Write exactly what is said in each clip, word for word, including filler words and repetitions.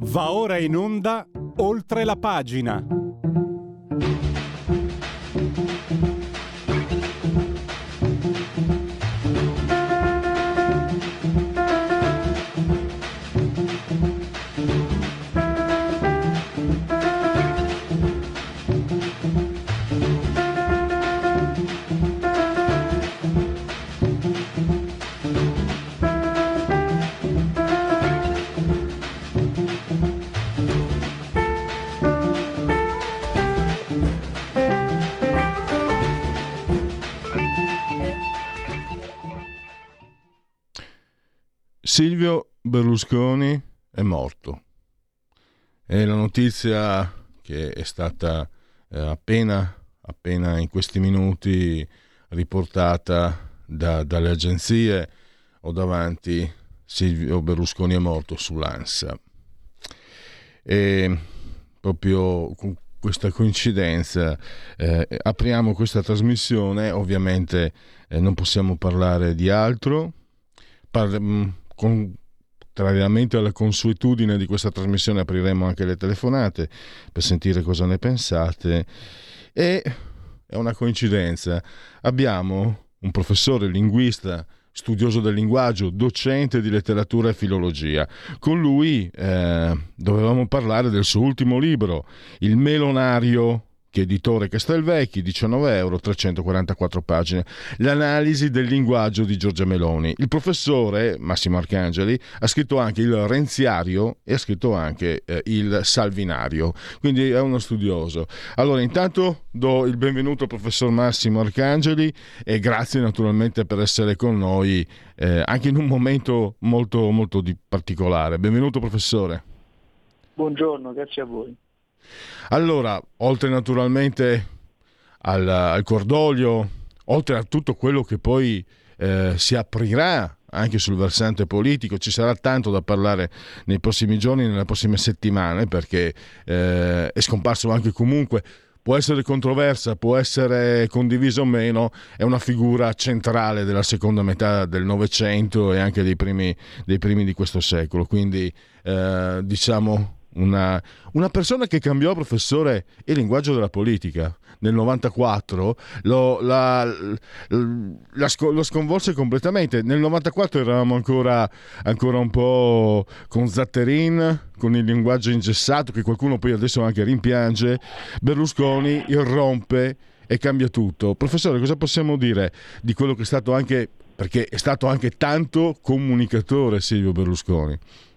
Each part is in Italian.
Va ora in onda Oltre la pagina. Silvio Berlusconi è morto. È la notizia che è stata eh, appena, appena in questi minuti riportata da, dalle agenzie. Ho davanti Silvio Berlusconi è morto sull'ANSA. E proprio con questa coincidenza eh, apriamo questa trasmissione. Ovviamente eh, non possiamo parlare di altro. Par- Contrariamente alla consuetudine di questa trasmissione, apriremo anche le telefonate per sentire cosa ne pensate. E è una coincidenza, abbiamo un professore linguista, studioso del linguaggio, docente di letteratura e filologia. Con lui eh, dovevamo parlare del suo ultimo libro, Il Melonario, che editore Castelvecchi, diciannove euro, trecentoquarantaquattro pagine, l'analisi del linguaggio di Giorgia Meloni. Il professore Massimo Arcangeli ha scritto anche il Renziario e ha scritto anche eh, il Salvinario, quindi è uno studioso. Allora, intanto do il benvenuto al professor Massimo Arcangeli e grazie naturalmente per essere con noi eh, anche in un momento molto molto di particolare. Benvenuto professore. Buongiorno, grazie a voi. Allora, oltre naturalmente al, al cordoglio, oltre a tutto quello che poi eh, si aprirà anche sul versante politico, ci sarà tanto da parlare nei prossimi giorni, nelle prossime settimane, perché eh, è scomparso anche comunque, può essere controversa, può essere condivisa o meno, è una figura centrale della seconda metà del Novecento e anche dei primi, dei primi di questo secolo, quindi eh, diciamo... Una, una persona che cambiò, professore, il linguaggio della politica nel novantaquattro, lo, la, la, lo sconvolse completamente. Nel novantaquattro eravamo ancora, ancora un po' con Zatterin, con il linguaggio ingessato che qualcuno poi adesso anche rimpiange. Berlusconi irrompe e cambia tutto. Professore, cosa possiamo dire di quello che è stato anche, perché è stato anche tanto comunicatore Silvio Berlusconi?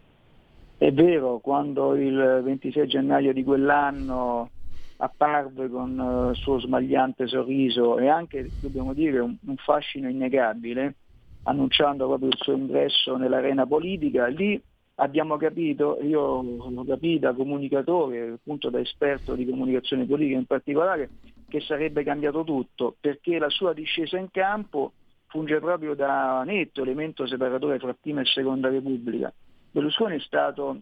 È vero, quando il ventisei gennaio di quell'anno apparve con il suo smagliante sorriso e anche, dobbiamo dire, un, un fascino innegabile, annunciando proprio il suo ingresso nell'arena politica, lì abbiamo capito, io l'ho capito da comunicatore, appunto da esperto di comunicazione politica in particolare, che sarebbe cambiato tutto, perché la sua discesa in campo funge proprio da netto elemento separatore fra prima e seconda Repubblica. Berlusconi è stato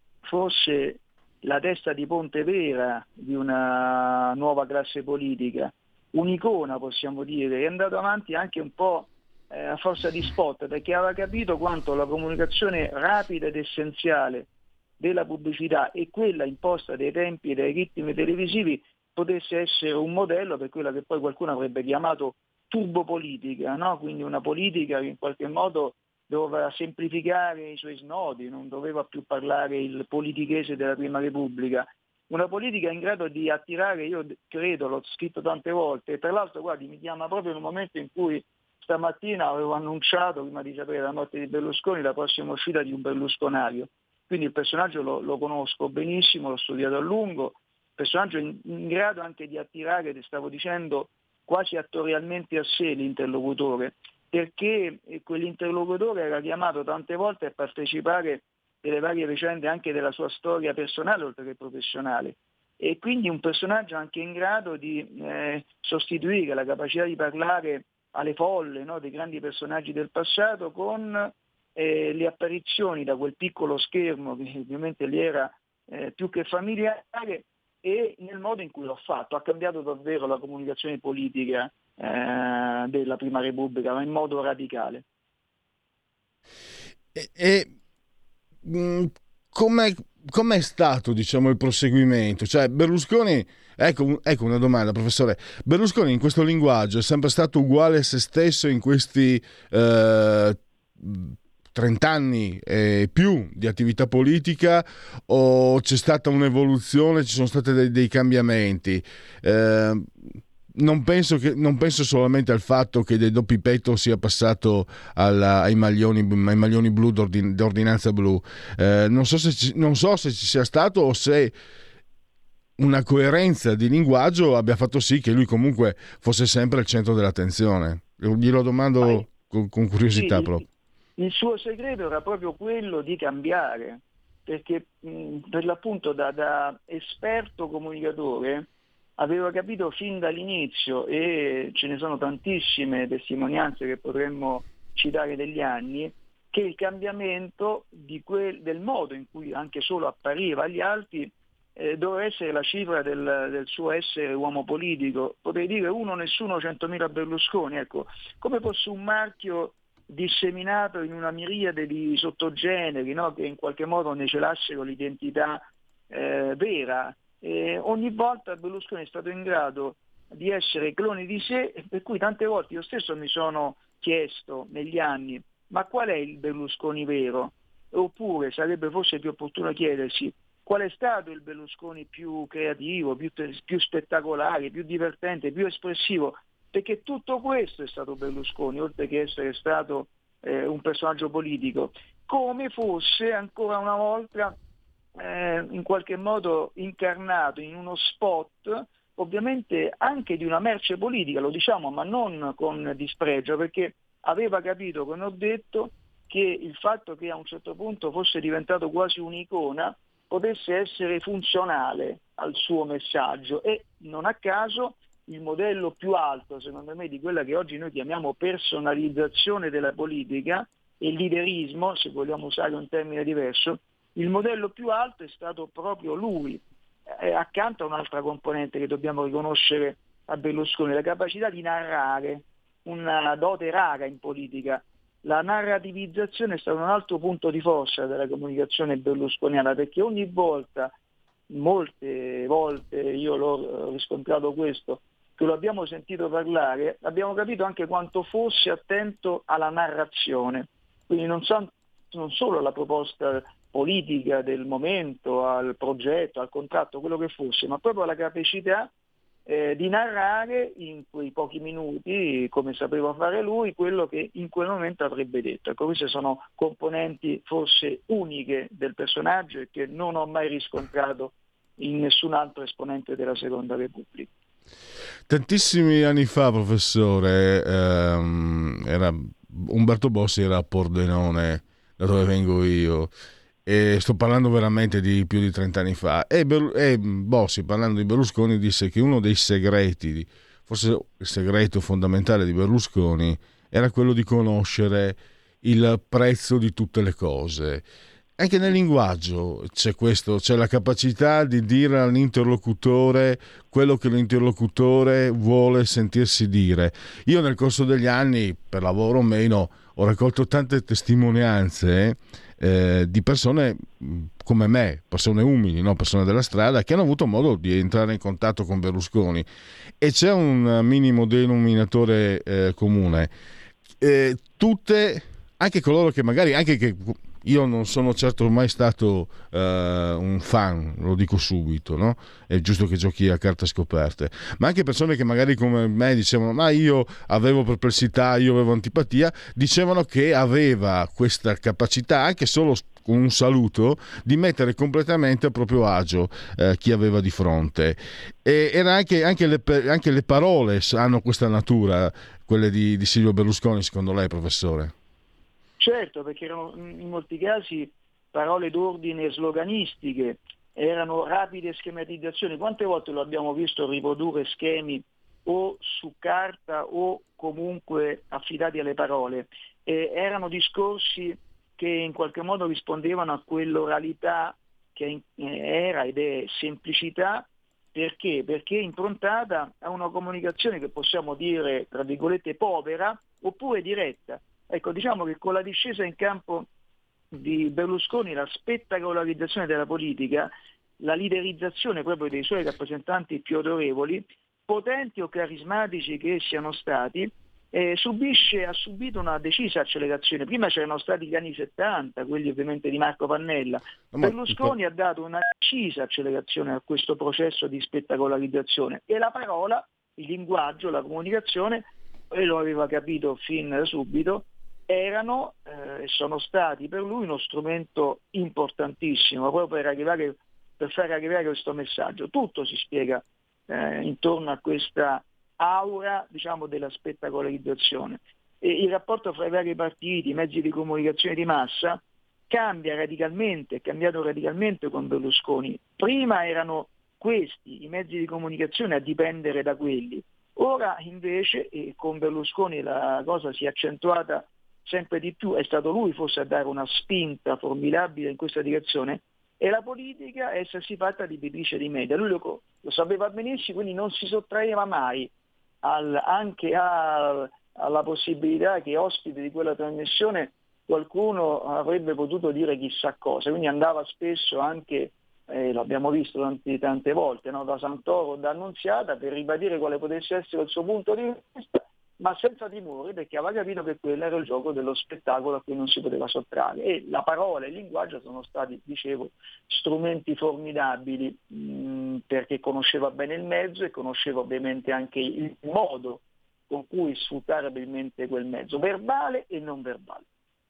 forse la testa di ponte vera di una nuova classe politica, un'icona possiamo dire, è andato avanti anche un po' eh, a forza di spot, perché aveva capito quanto la comunicazione rapida ed essenziale della pubblicità e quella imposta dai tempi e dai ritmi televisivi potesse essere un modello per quella che poi qualcuno avrebbe chiamato turbopolitica, no? Quindi una politica che in qualche modo doveva semplificare i suoi snodi, non doveva più parlare il politichese della Prima Repubblica. Una politica in grado di attirare, io credo, l'ho scritto tante volte, e tra l'altro guardi, mi chiama proprio nel momento in cui stamattina avevo annunciato, prima di sapere la morte di Berlusconi, la prossima uscita di un berlusconario. Quindi il personaggio lo, lo conosco benissimo, l'ho studiato a lungo, personaggio in, in grado anche di attirare, ti stavo dicendo, quasi attorialmente a sé l'interlocutore, perché quell'interlocutore era chiamato tante volte a partecipare delle varie vicende anche della sua storia personale oltre che professionale, e quindi un personaggio anche in grado di eh, sostituire la capacità di parlare alle folle, no, dei grandi personaggi del passato con eh, le apparizioni da quel piccolo schermo che ovviamente gli era eh, più che familiare, e nel modo in cui l'ho fatto ha cambiato davvero la comunicazione politica eh, della Prima Repubblica, ma in modo radicale. E, e mh, come com'è stato, diciamo, il proseguimento? Cioè Berlusconi, ecco, ecco una domanda, professore. Berlusconi in questo linguaggio è sempre stato uguale a se stesso in questi eh, trenta anni e più di attività politica, o c'è stata un'evoluzione, ci sono stati dei, dei cambiamenti? Eh, non penso che, non penso solamente al fatto che dei doppi petto sia passato alla, ai, maglioni, ai maglioni blu d'ordin, d'ordinanza blu. Eh, non so se ci, non so se ci sia stato o se una coerenza di linguaggio abbia fatto sì che lui comunque fosse sempre al centro dell'attenzione. Glielo domando con, con curiosità sì, proprio. Il suo segreto era proprio quello di cambiare, perché mh, per l'appunto da, da esperto comunicatore aveva capito fin dall'inizio, e ce ne sono tantissime testimonianze che potremmo citare degli anni, che il cambiamento di quel, del modo in cui anche solo appariva agli altri eh, doveva essere la cifra del, del suo essere uomo politico. Potrei dire uno, nessuno, centomila Berlusconi, ecco, come fosse un marchio disseminato in una miriade di sottogeneri, no? Che in qualche modo ne celassero l'identità eh, vera. E ogni volta Berlusconi è stato in grado di essere clone di sé, per cui tante volte io stesso mi sono chiesto negli anni: ma qual è il Berlusconi vero? Oppure sarebbe forse più opportuno chiedersi qual è stato il Berlusconi più creativo, più, più spettacolare, più divertente, più espressivo, perché tutto questo è stato Berlusconi, oltre che essere stato eh, un personaggio politico, come fosse ancora una volta eh, in qualche modo incarnato in uno spot, ovviamente anche di una merce politica, lo diciamo, ma non con dispregio, perché aveva capito, come ho detto, che il fatto che a un certo punto fosse diventato quasi un'icona potesse essere funzionale al suo messaggio, e non a caso il modello più alto, secondo me, di quella che oggi noi chiamiamo personalizzazione della politica e liderismo, se vogliamo usare un termine diverso, il modello più alto è stato proprio lui, eh, accanto a un'altra componente che dobbiamo riconoscere a Berlusconi, la capacità di narrare, una dote rara in politica. La narrativizzazione è stato un altro punto di forza della comunicazione berlusconiana, perché ogni volta, molte volte, io l'ho riscontrato questo, che lo abbiamo sentito parlare, abbiamo capito anche quanto fosse attento alla narrazione, quindi non, so, non solo alla proposta politica del momento, al progetto, al contratto, quello che fosse, ma proprio alla capacità eh, di narrare in quei pochi minuti, come sapeva fare lui, quello che in quel momento avrebbe detto. Ecco, queste sono componenti forse uniche del personaggio e che non ho mai riscontrato in nessun altro esponente della Seconda Repubblica. Tantissimi anni fa, professore, ehm, era, Umberto Bossi era a Pordenone, da dove vengo io, e sto parlando veramente di più di trenta anni fa, e, Ber- e Bossi, parlando di Berlusconi, disse che uno dei segreti, forse il segreto fondamentale di Berlusconi, era quello di conoscere il prezzo di tutte le cose. Anche nel linguaggio c'è questo, c'è la capacità di dire all'interlocutore quello che l'interlocutore vuole sentirsi dire. Io nel corso degli anni, per lavoro o meno, ho raccolto tante testimonianze eh, di persone come me, persone umili, no? Persone della strada, che hanno avuto modo di entrare in contatto con Berlusconi, e c'è un minimo denominatore eh, comune. Eh, tutte, anche coloro che magari, anche che io non sono certo mai stato uh, un fan, lo dico subito, no? È giusto che giochi a carte scoperte, ma anche persone che magari come me dicevano ma io avevo perplessità, io avevo antipatia, dicevano che aveva questa capacità, anche solo con un saluto, di mettere completamente a proprio agio eh, chi aveva di fronte. E era anche, anche, le, anche le parole hanno questa natura, quelle di, di Silvio Berlusconi, secondo lei, professore? Certo, perché erano in molti casi parole d'ordine sloganistiche, erano rapide schematizzazioni. Quante volte lo abbiamo visto riprodurre schemi o su carta o comunque affidati alle parole? Eh, erano discorsi che in qualche modo rispondevano a quell'oralità che era ed è semplicità. Perché? Perché improntata a una comunicazione che possiamo dire, tra virgolette, povera oppure diretta. Ecco, diciamo che con la discesa in campo di Berlusconi la spettacolarizzazione della politica, la liderizzazione proprio dei suoi rappresentanti più autorevoli, potenti o carismatici che siano stati, eh, subisce, ha subito una decisa accelerazione. Prima c'erano stati gli anni settanta, quelli ovviamente di Marco Pannella. Ma Berlusconi ha dato una decisa accelerazione a questo processo di spettacolarizzazione, e la parola, il linguaggio, la comunicazione, e lo aveva capito fin da subito, erano e eh, sono stati per lui uno strumento importantissimo proprio per arrivare, per far arrivare questo messaggio. Tutto si spiega eh, intorno a questa aura, diciamo, della spettacolarizzazione. E il rapporto fra i vari partiti, i mezzi di comunicazione di massa, cambia radicalmente, è cambiato radicalmente con Berlusconi. Prima erano questi, i mezzi di comunicazione, a dipendere da quelli. Ora invece, e con Berlusconi la cosa si è accentuata sempre di più, è stato lui forse a dare una spinta formidabile in questa direzione, e la politica a essersi fatta di bevice di media. Lui lo, lo sapeva benissimo, quindi non si sottraeva mai al, anche a, alla possibilità che ospite di quella trasmissione qualcuno avrebbe potuto dire chissà cosa, quindi andava spesso anche, eh, l'abbiamo visto tante, tante volte, no? Da Santoro, da Annunziata, per ribadire quale potesse essere il suo punto di vista, ma senza timore, perché aveva capito che quello era il gioco dello spettacolo a cui non si poteva sottrarre. E la parola e il linguaggio sono stati, dicevo, strumenti formidabili, mh, perché conosceva bene il mezzo e conosceva ovviamente anche il modo con cui sfruttare abilmente quel mezzo, verbale e non verbale.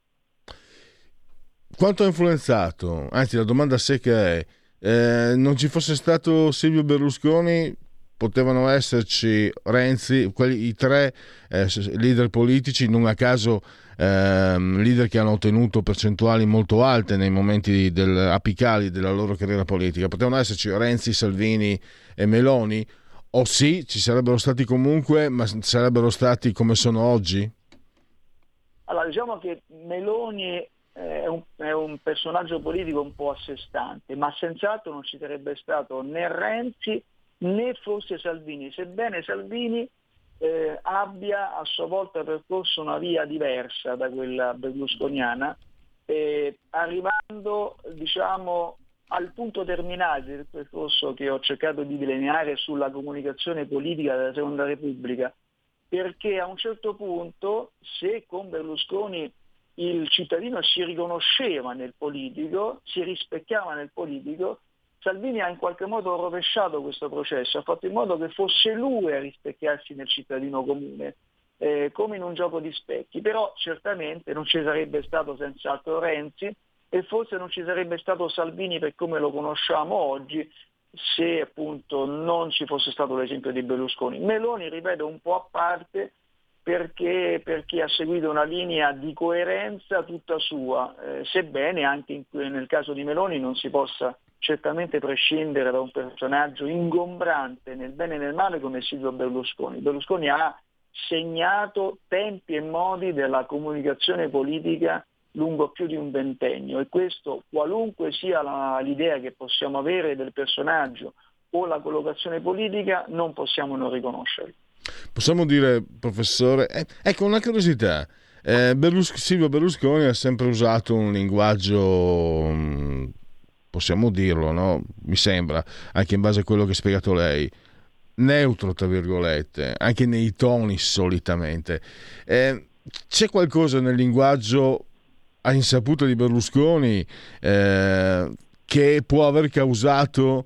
Quanto ha influenzato? Anzi, la domanda secca è: eh, non ci fosse stato Silvio Berlusconi, potevano esserci Renzi, quelli, i tre eh, leader politici, non a caso eh, leader che hanno ottenuto percentuali molto alte nei momenti del, apicali della loro carriera politica. Potevano esserci Renzi, Salvini e Meloni, o sì, ci sarebbero stati comunque, ma sarebbero stati come sono oggi? Allora, diciamo che Meloni è un, è un personaggio politico un po' a sé stante, ma senz'altro non ci sarebbe stato né Renzi né forse Salvini, sebbene Salvini eh, abbia a sua volta percorso una via diversa da quella berlusconiana, eh, arrivando, diciamo, al punto terminale del percorso che ho cercato di delineare sulla comunicazione politica della Seconda Repubblica, perché a un certo punto, se con Berlusconi il cittadino si riconosceva nel politico, si rispecchiava nel politico, Salvini ha in qualche modo rovesciato questo processo, ha fatto in modo che fosse lui a rispecchiarsi nel cittadino comune, eh, come in un gioco di specchi. Però certamente non ci sarebbe stato senz'altro Renzi, e forse non ci sarebbe stato Salvini per come lo conosciamo oggi, se appunto non ci fosse stato l'esempio di Berlusconi. Meloni, ripeto, un po' a parte, perché, perché ha seguito una linea di coerenza tutta sua, eh, sebbene anche in, nel caso di Meloni non si possa certamente prescindere da un personaggio ingombrante nel bene e nel male come Silvio Berlusconi. Berlusconi ha segnato tempi e modi della comunicazione politica lungo più di un ventennio, e questo, qualunque sia la, l'idea che possiamo avere del personaggio o la collocazione politica, non possiamo non riconoscerlo. Possiamo dire, professore, eh, ecco una curiosità, eh, Berlus- Silvio Berlusconi ha sempre usato un linguaggio, mh, possiamo dirlo, no? Mi sembra, anche in base a quello che ha spiegato lei, neutro, tra virgolette, anche nei toni solitamente. Eh, c'è qualcosa nel linguaggio a insaputa di Berlusconi eh, che può aver causato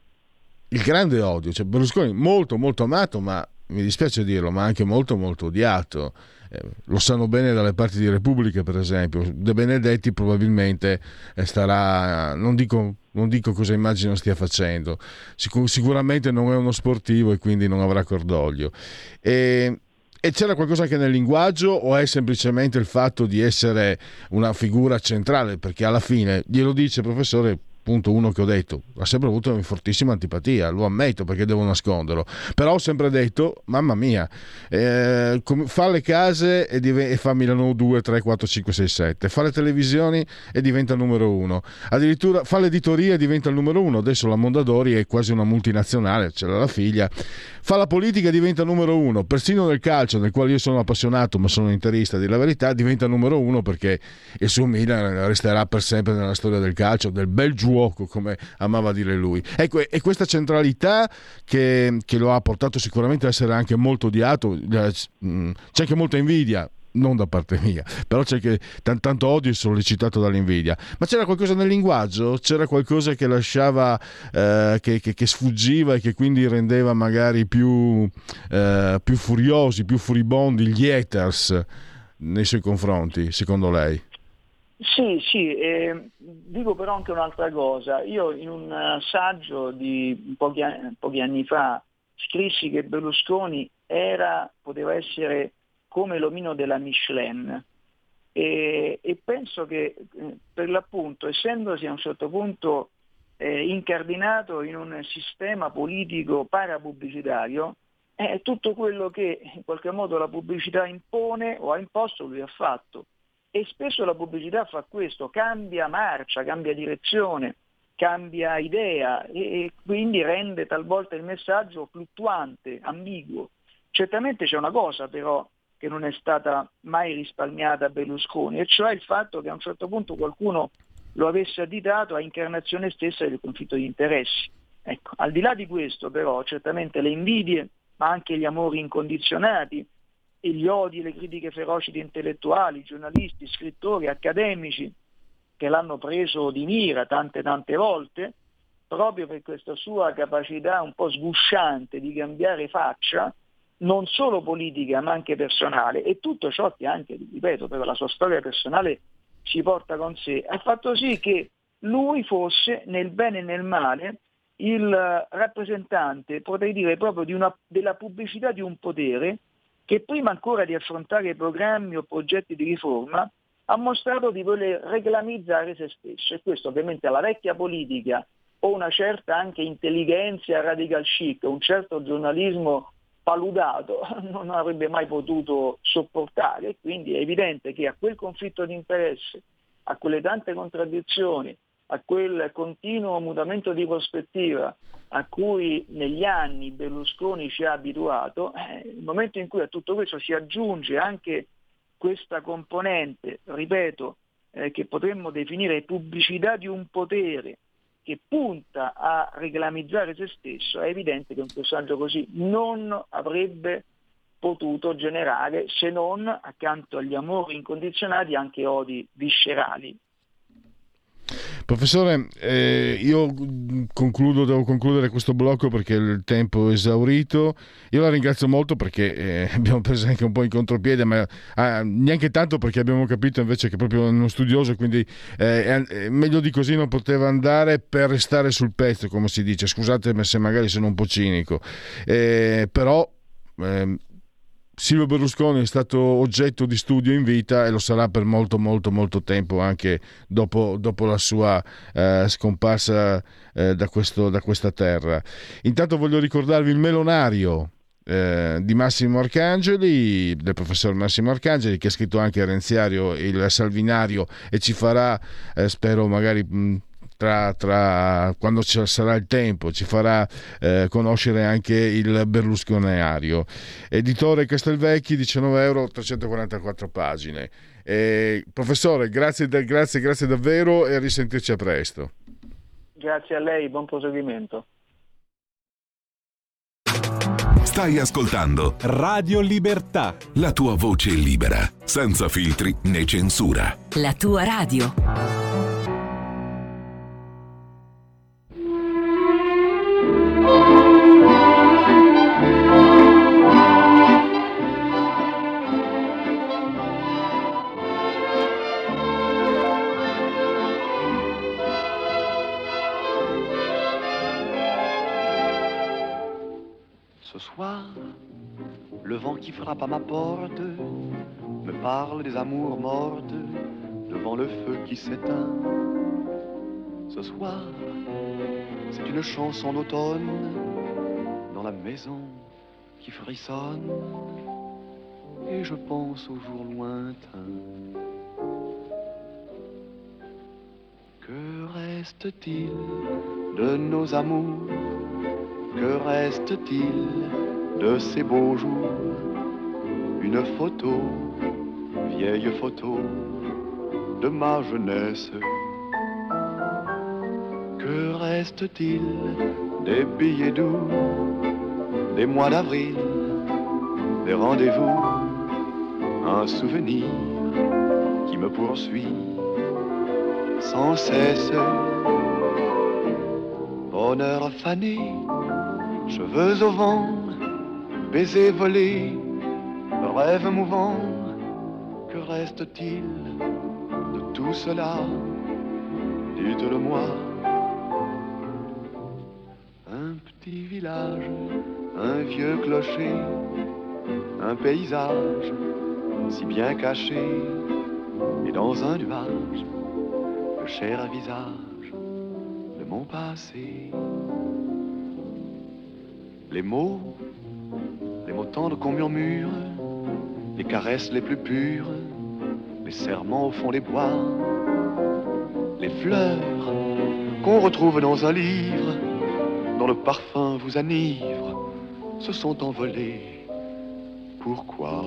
il grande odio? Cioè, Berlusconi molto molto amato, ma mi dispiace dirlo, ma anche molto molto odiato. Eh, lo sanno bene dalle parti di Repubblica, per esempio. De Benedetti probabilmente eh, starà, non dico, non dico cosa immagino stia facendo, Sic- sicuramente non è uno sportivo e quindi non avrà cordoglio. E, e c'era qualcosa anche nel linguaggio, o è semplicemente il fatto di essere una figura centrale? Perché alla fine, glielo dice, professore, appunto uno che ho detto ha sempre avuto una fortissima antipatia, lo ammetto, perché devo nasconderlo, però ho sempre detto mamma mia, eh, fa le case e, div- e fa Milano due, tre, quattro, cinque, sei, sette, fa le televisioni e diventa il numero uno, addirittura fa l'editoria e diventa il numero uno, adesso la Mondadori è quasi una multinazionale, c'è la figlia, fa la politica e diventa numero uno, persino nel calcio, nel quale io sono appassionato ma sono interista, di la verità, diventa numero uno perché il suo Milan resterà per sempre nella storia del calcio, del bel giuoco, come amava dire lui. Ecco, e questa centralità che, che lo ha portato sicuramente a essere anche molto odiato, c'è anche molta invidia, non da parte mia, però c'è che t- tanto odio sollecitato dall'invidia, ma c'era qualcosa nel linguaggio, c'era qualcosa che lasciava eh, che, che, che sfuggiva e che quindi rendeva magari più, eh, più furiosi, più furibondi gli haters nei suoi confronti, secondo lei? Sì, sì, eh, dico però anche un'altra cosa. Io in un saggio di pochi, pochi anni fa scrissi che Berlusconi era, poteva essere come l'omino della Michelin e, e penso che eh, per l'appunto, essendosi a un certo punto eh, incardinato in un sistema politico parapubblicitario, eh, tutto quello che in qualche modo la pubblicità impone o ha imposto lui ha fatto. E spesso la pubblicità fa questo, cambia marcia, cambia direzione, cambia idea e, e quindi rende talvolta il messaggio fluttuante, ambiguo. Certamente c'è una cosa però che non è stata mai risparmiata a Berlusconi, e cioè il fatto che a un certo punto qualcuno lo avesse additato a incarnazione stessa del conflitto di interessi. Ecco, al di là di questo però certamente le invidie, ma anche gli amori incondizionati, e gli odi e le critiche feroci di intellettuali, giornalisti, scrittori, accademici che l'hanno preso di mira tante tante volte, proprio per questa sua capacità un po' sgusciante di cambiare faccia, non solo politica ma anche personale, e tutto ciò che anche, ripeto, per la sua storia personale ci porta con sé, ha fatto sì che lui fosse nel bene e nel male il rappresentante, potrei dire proprio di una, della pubblicità di un potere che prima ancora di affrontare programmi o progetti di riforma ha mostrato di voler reclamizzare se stesso, e questo ovviamente alla vecchia politica o una certa anche intelligenza radical chic, un certo giornalismo paludato non avrebbe mai potuto sopportare, e quindi è evidente che a quel conflitto di interesse, a quelle tante contraddizioni, a quel continuo mutamento di prospettiva a cui negli anni Berlusconi ci ha abituato, eh, il momento in cui a tutto questo si aggiunge anche questa componente, ripeto, eh, che potremmo definire pubblicità di un potere che punta a reclamizzare se stesso, è evidente che un personaggio così non avrebbe potuto generare, se non accanto agli amori incondizionati, anche odi viscerali. Professore, eh, io concludo, devo concludere questo blocco perché il tempo è esaurito. Io la ringrazio molto perché eh, abbiamo preso anche un po' in contropiede, ma ah, neanche tanto, perché abbiamo capito invece che è proprio uno studioso, quindi eh, eh, meglio di così non poteva andare, per restare sul pezzo, come si dice. Scusate se magari sono un po' cinico, eh, però eh, Silvio Berlusconi è stato oggetto di studio in vita e lo sarà per molto molto molto tempo, anche dopo, dopo la sua eh, scomparsa eh, da, questo, da questa terra. Intanto voglio ricordarvi il melonario eh, di Massimo Arcangeli, del professor Massimo Arcangeli, che ha scritto anche il Renziario, il Salvinario, e ci farà, eh, spero magari mh, Tra, tra quando ci sarà il tempo, ci farà eh, conoscere anche il berlusconiario. Editore Castelvecchi, diciannove euro, trecentoquarantaquattro pagine. Eh, professore, grazie, grazie, grazie davvero, e a risentirci a presto. Grazie a lei, buon proseguimento. Stai ascoltando Radio Libertà, la tua voce libera, senza filtri né censura. La tua radio. Ce soir, le vent qui frappe à ma porte me parle des amours mortes devant le feu qui s'éteint. Ce soir, c'est une chanson d'automne dans la maison qui frissonne. Et je pense aux jours lointains. Que reste-t-il de nos amours? Que reste-t-il de ces beaux jours? Une photo, vieille photo de ma jeunesse. Que reste-t-il des billets doux, des mois d'avril, des rendez-vous? Un souvenir qui me poursuit sans cesse. Bonheur fané, cheveux au vent, baisers volés, rêve mouvant. Que reste-t-il de tout cela? Dites-le-moi. Un petit village, un vieux clocher, un paysage si bien caché, et dans un nuage, le cher visage de mon passé. Les mots, les mots tendres qu'on murmure, les caresses les plus pures, les serments au fond des bois, les fleurs qu'on retrouve dans un livre, dont le parfum vous enivre, se sont envolés. Pourquoi?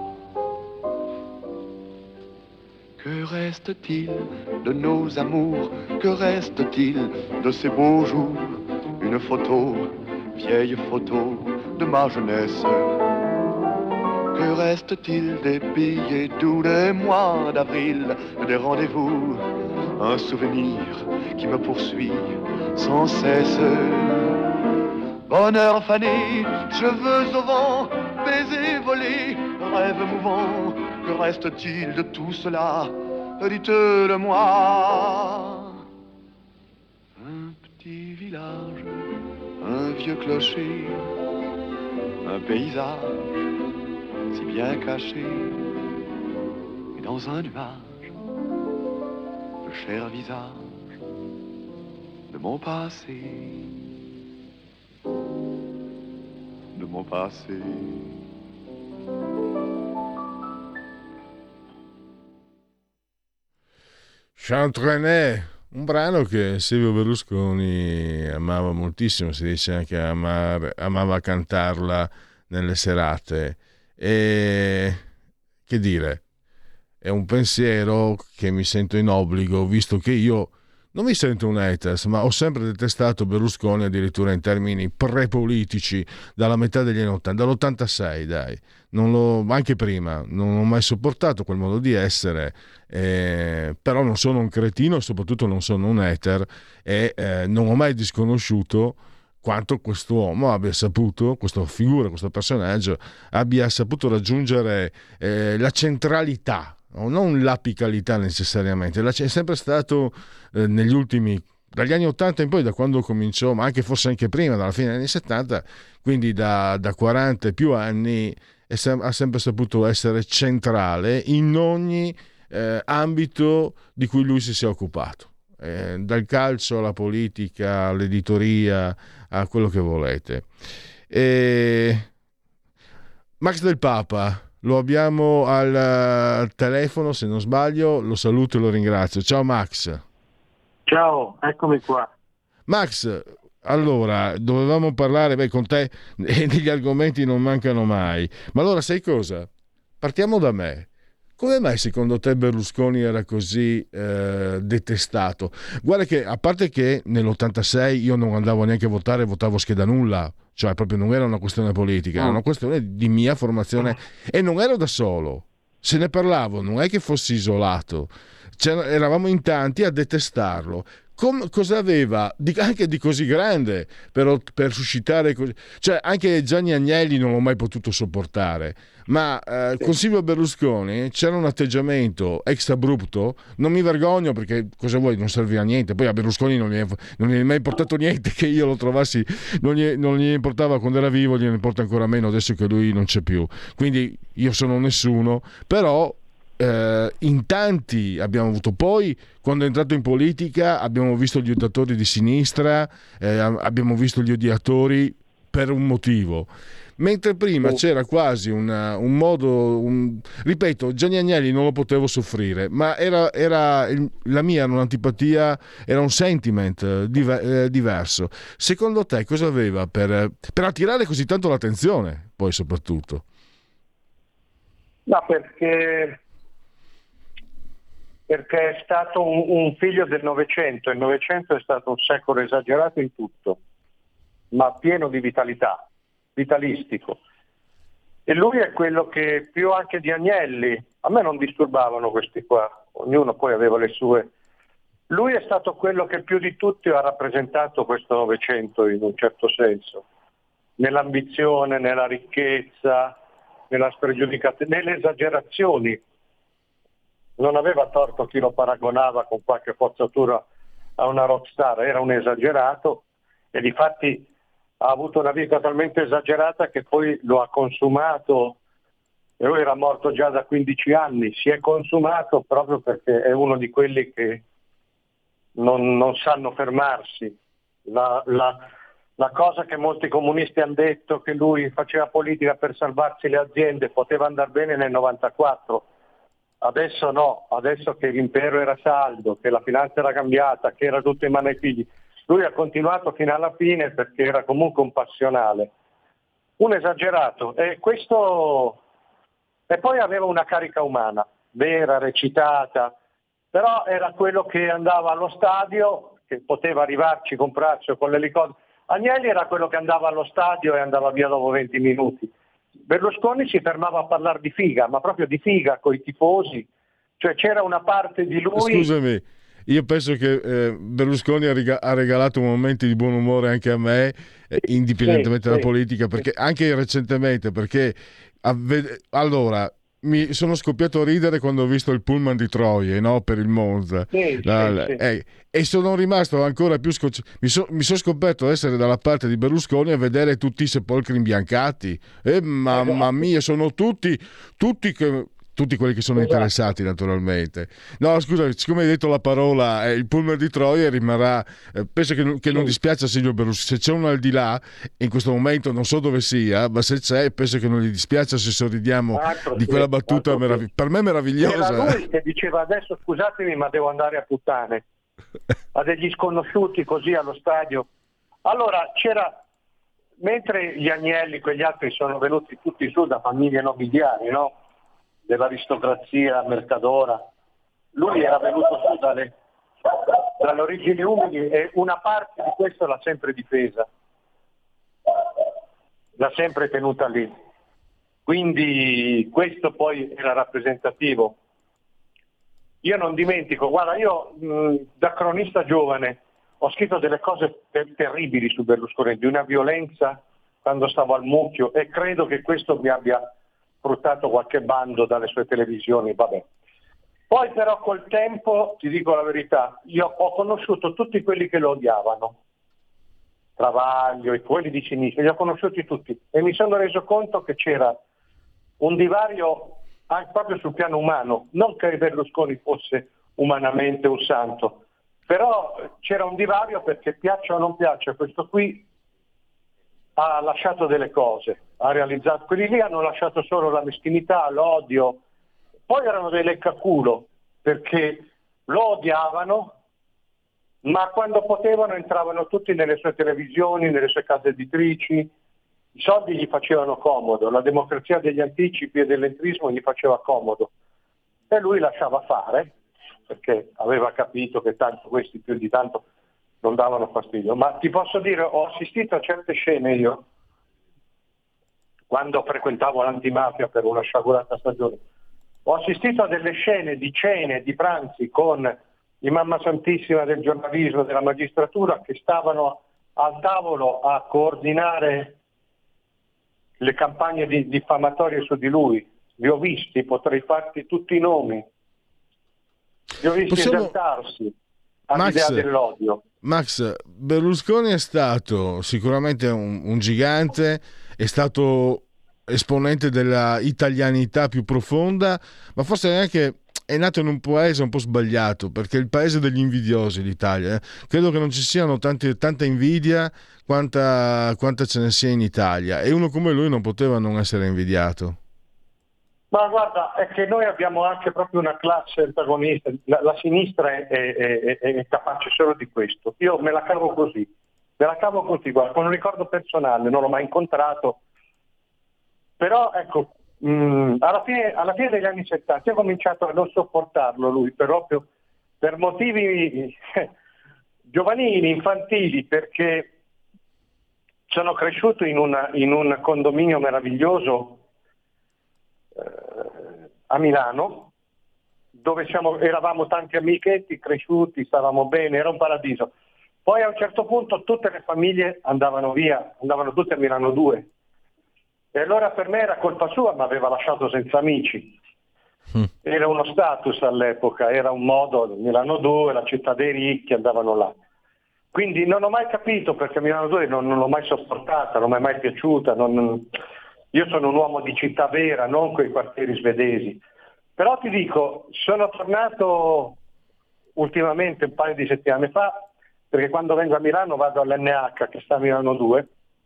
Que reste-t-il de nos amours? Que reste-t-il de ces beaux jours? Une photo, vieille photo de ma jeunesse. Que reste-t-il des billets doux, des mois d'avril, des rendez-vous? Un souvenir qui me poursuit sans cesse. Bonheur fané, cheveux au vent, baisers volés, rêve mouvant. Que reste-t-il de tout cela? Dites-le-moi. Un petit village, un vieux clocher, un paysage si bien caché, et dans un nuage, le cher visage de mon passé, de mon passé. Chantranet, un brano che Silvio Berlusconi amava moltissimo, si dice anche amare, amava cantarla nelle serate. E che dire, è un pensiero che mi sento in obbligo, visto che io non mi sento un haters, ma ho sempre detestato Berlusconi, addirittura in termini prepolitici, dalla metà degli anni ottanta, dall'ottantasei, dai. Non l'ho, anche prima, non ho mai sopportato quel modo di essere, eh, però non sono un cretino e soprattutto non sono un hater, e eh, non ho mai disconosciuto quanto quest'uomo abbia saputo, questa figura, questo personaggio, abbia saputo raggiungere eh, la centralità, non l'apicalità necessariamente, è sempre stato eh, negli ultimi, dagli anni ottanta in poi, da quando cominciò, ma anche forse anche prima, dalla fine degli anni settanta, quindi da, da quaranta e più anni, è sem- ha sempre saputo essere centrale in ogni eh, ambito di cui lui si sia occupato. Eh, dal calcio alla politica, all'editoria, a quello che volete. E Max Del Papa lo abbiamo al, al telefono, se non sbaglio, lo saluto e lo ringrazio. Ciao Max. Ciao, eccomi qua. Max, allora, dovevamo parlare, beh, con te e gli argomenti non mancano mai, ma allora sai cosa? Partiamo da me. Come mai secondo te Berlusconi era così eh, detestato? Guarda che, a parte che nell'ottantasei io non andavo neanche a votare, votavo scheda nulla, cioè proprio non era una questione politica, era una questione di mia formazione, e non ero da solo, se ne parlavo, non è che fossi isolato, C'era, eravamo in tanti a detestarlo. Com, cosa aveva di, anche di così grande per, per suscitare così? Cioè anche Gianni Agnelli non l'ho mai potuto sopportare, ma eh, con Silvio Berlusconi c'era un atteggiamento exabrupto, non mi vergogno perché cosa vuoi, non serviva a niente, poi a Berlusconi non gli è, non gli è mai importato niente che io lo trovassi, non gli, non gli importava quando era vivo, gliene importa ancora meno adesso che lui non c'è più, quindi io sono nessuno, però eh, in tanti abbiamo avuto. Poi quando è entrato in politica abbiamo visto gli odiatori di sinistra, eh, abbiamo visto gli odiatori per un motivo, mentre prima oh. c'era quasi una, un modo, un, ripeto, Gianni Agnelli non lo potevo soffrire, ma era, era la mia era un'antipatia, era un sentiment diver, eh, diverso. Secondo te cosa aveva per, per attirare così tanto l'attenzione, poi soprattutto? No, perché perché è stato un, un figlio del Novecento. Il Novecento è stato un secolo esagerato in tutto, ma pieno di vitalità, vitalistico. E lui è quello che più anche di Agnelli, a me non disturbavano questi qua, ognuno poi aveva le sue. Lui è stato quello che più di tutti ha rappresentato questo Novecento in un certo senso, nell'ambizione, nella ricchezza, nella spregiudicazione, nelle esagerazioni. Non aveva torto chi lo paragonava con qualche forzatura a una rockstar, era un esagerato e difatti ha avuto una vita talmente esagerata che poi lo ha consumato, e lui era morto già da quindici anni, si è consumato proprio perché è uno di quelli che non, non sanno fermarsi. La, la, la cosa che molti comunisti hanno detto, che lui faceva politica per salvarsi le aziende, poteva andare bene nel novantaquattro, adesso no, adesso che l'impero era saldo, che la finanza era cambiata, che era tutto in mano ai figli. Lui ha continuato fino alla fine perché era comunque un passionale, un esagerato, e questo, e poi aveva una carica umana, vera, recitata, però era quello che andava allo stadio, che poteva arrivarci con Prezio, con l'elicottero. Agnelli era quello che andava allo stadio e andava via dopo venti minuti. Berlusconi si fermava a parlare di figa, ma proprio di figa coi tifosi, cioè c'era una parte di lui. Scusami, io penso che eh, Berlusconi ha, riga- ha regalato momenti di buon umore anche a me, eh, indipendentemente sì, dalla sì, politica, perché sì. Anche recentemente, perché avve- allora mi sono scoppiato a ridere quando ho visto il pullman di Troie, no? Per il Monza, sì, la, sì, eh, e sono rimasto ancora più scocciato. Mi, so- mi sono scoperto essere dalla parte di Berlusconi a vedere tutti i sepolcri imbiancati, e mamma mia, sono tutti tutti che tutti quelli che sono esatto. interessati naturalmente. No, scusa, siccome hai detto la parola eh, il pullman di Troia rimarrà, eh, penso che, che non dispiace a Silvio Berlusconi, se c'è uno al di là in questo momento non so dove sia, ma se c'è penso che non gli dispiace se sorridiamo altro di quella sì, battuta meravig- per me meravigliosa. Era lui che diceva adesso scusatemi ma devo andare a puttane a degli sconosciuti così allo stadio. Allora c'era, mentre gli Agnelli, quegli altri sono venuti tutti su da famiglie nobiliari, no? Dell'aristocrazia mercadora, lui era venuto su dalle, dalle origini umili e una parte di questo l'ha sempre difesa, l'ha sempre tenuta lì, quindi questo poi era rappresentativo. Io non dimentico, guarda, io mh, da cronista giovane ho scritto delle cose ter- terribili su Berlusconi, di una violenza quando stavo al mucchio, e credo che questo mi abbia fruttato qualche bando dalle sue televisioni, vabbè. Poi però col tempo, ti dico la verità, io ho conosciuto tutti quelli che lo odiavano, Travaglio, quelli di sinistra, li ho conosciuti tutti e mi sono reso conto che c'era un divario anche proprio sul piano umano, non che Berlusconi fosse umanamente un santo, però c'era un divario perché piaccia o non piaccia, questo qui ha lasciato delle cose, ha realizzato, quelli lì hanno lasciato solo la meschinità, l'odio, poi erano dei leccaculo perché lo odiavano, ma quando potevano entravano tutti nelle sue televisioni, nelle sue case editrici, i soldi gli facevano comodo, la democrazia degli anticipi e dell'entrismo gli faceva comodo e lui lasciava fare perché aveva capito che tanto questi più di tanto non davano fastidio. Ma ti posso dire, ho assistito a certe scene io, quando frequentavo l'antimafia per una sciagurata stagione, ho assistito a delle scene di cene, di pranzi con i mamma santissima del giornalismo, della magistratura, che stavano al tavolo a coordinare le campagne di diffamatorie su di lui. Li ho visti, potrei farti tutti i nomi. Li ho visti Possiamo... esaltarsi all'idea Max, dell'odio. Max, Berlusconi è stato sicuramente un, un gigante, è stato esponente della italianità più profonda, ma forse anche è nato in un paese un po' sbagliato, perché è il paese degli invidiosi l'Italia. Eh. Credo che non ci siano tanti, tanta invidia quanta, quanta ce ne sia in Italia, e uno come lui non poteva non essere invidiato. Ma guarda, è che noi abbiamo anche proprio una classe antagonista, la, la sinistra è, è, è, è capace solo di questo. Io me la cavo così, me la cavo così, guarda, con un ricordo personale, non l'ho mai incontrato, però ecco, mh, alla, fine, alla fine degli anni settanta io ho cominciato a non sopportarlo lui, proprio per motivi giovanili, infantili, perché sono cresciuto in, una, in un condominio meraviglioso a Milano, dove siamo, eravamo tanti amichetti, cresciuti, stavamo bene, era un paradiso. Poi a un certo punto tutte le famiglie andavano via, andavano tutte a Milano due, e allora per me era colpa sua, ma aveva lasciato senza amici. Mm. Era uno status all'epoca, era un modo, Milano due, la città dei ricchi, andavano là. Quindi non ho mai capito perché Milano due non, non l'ho mai sopportata, non mi è mai piaciuta, non... Io sono un uomo di città vera, non quei quartieri svedesi. Però ti dico, sono tornato ultimamente un paio di settimane fa, perché quando vengo a Milano vado all'N H che sta a Milano due,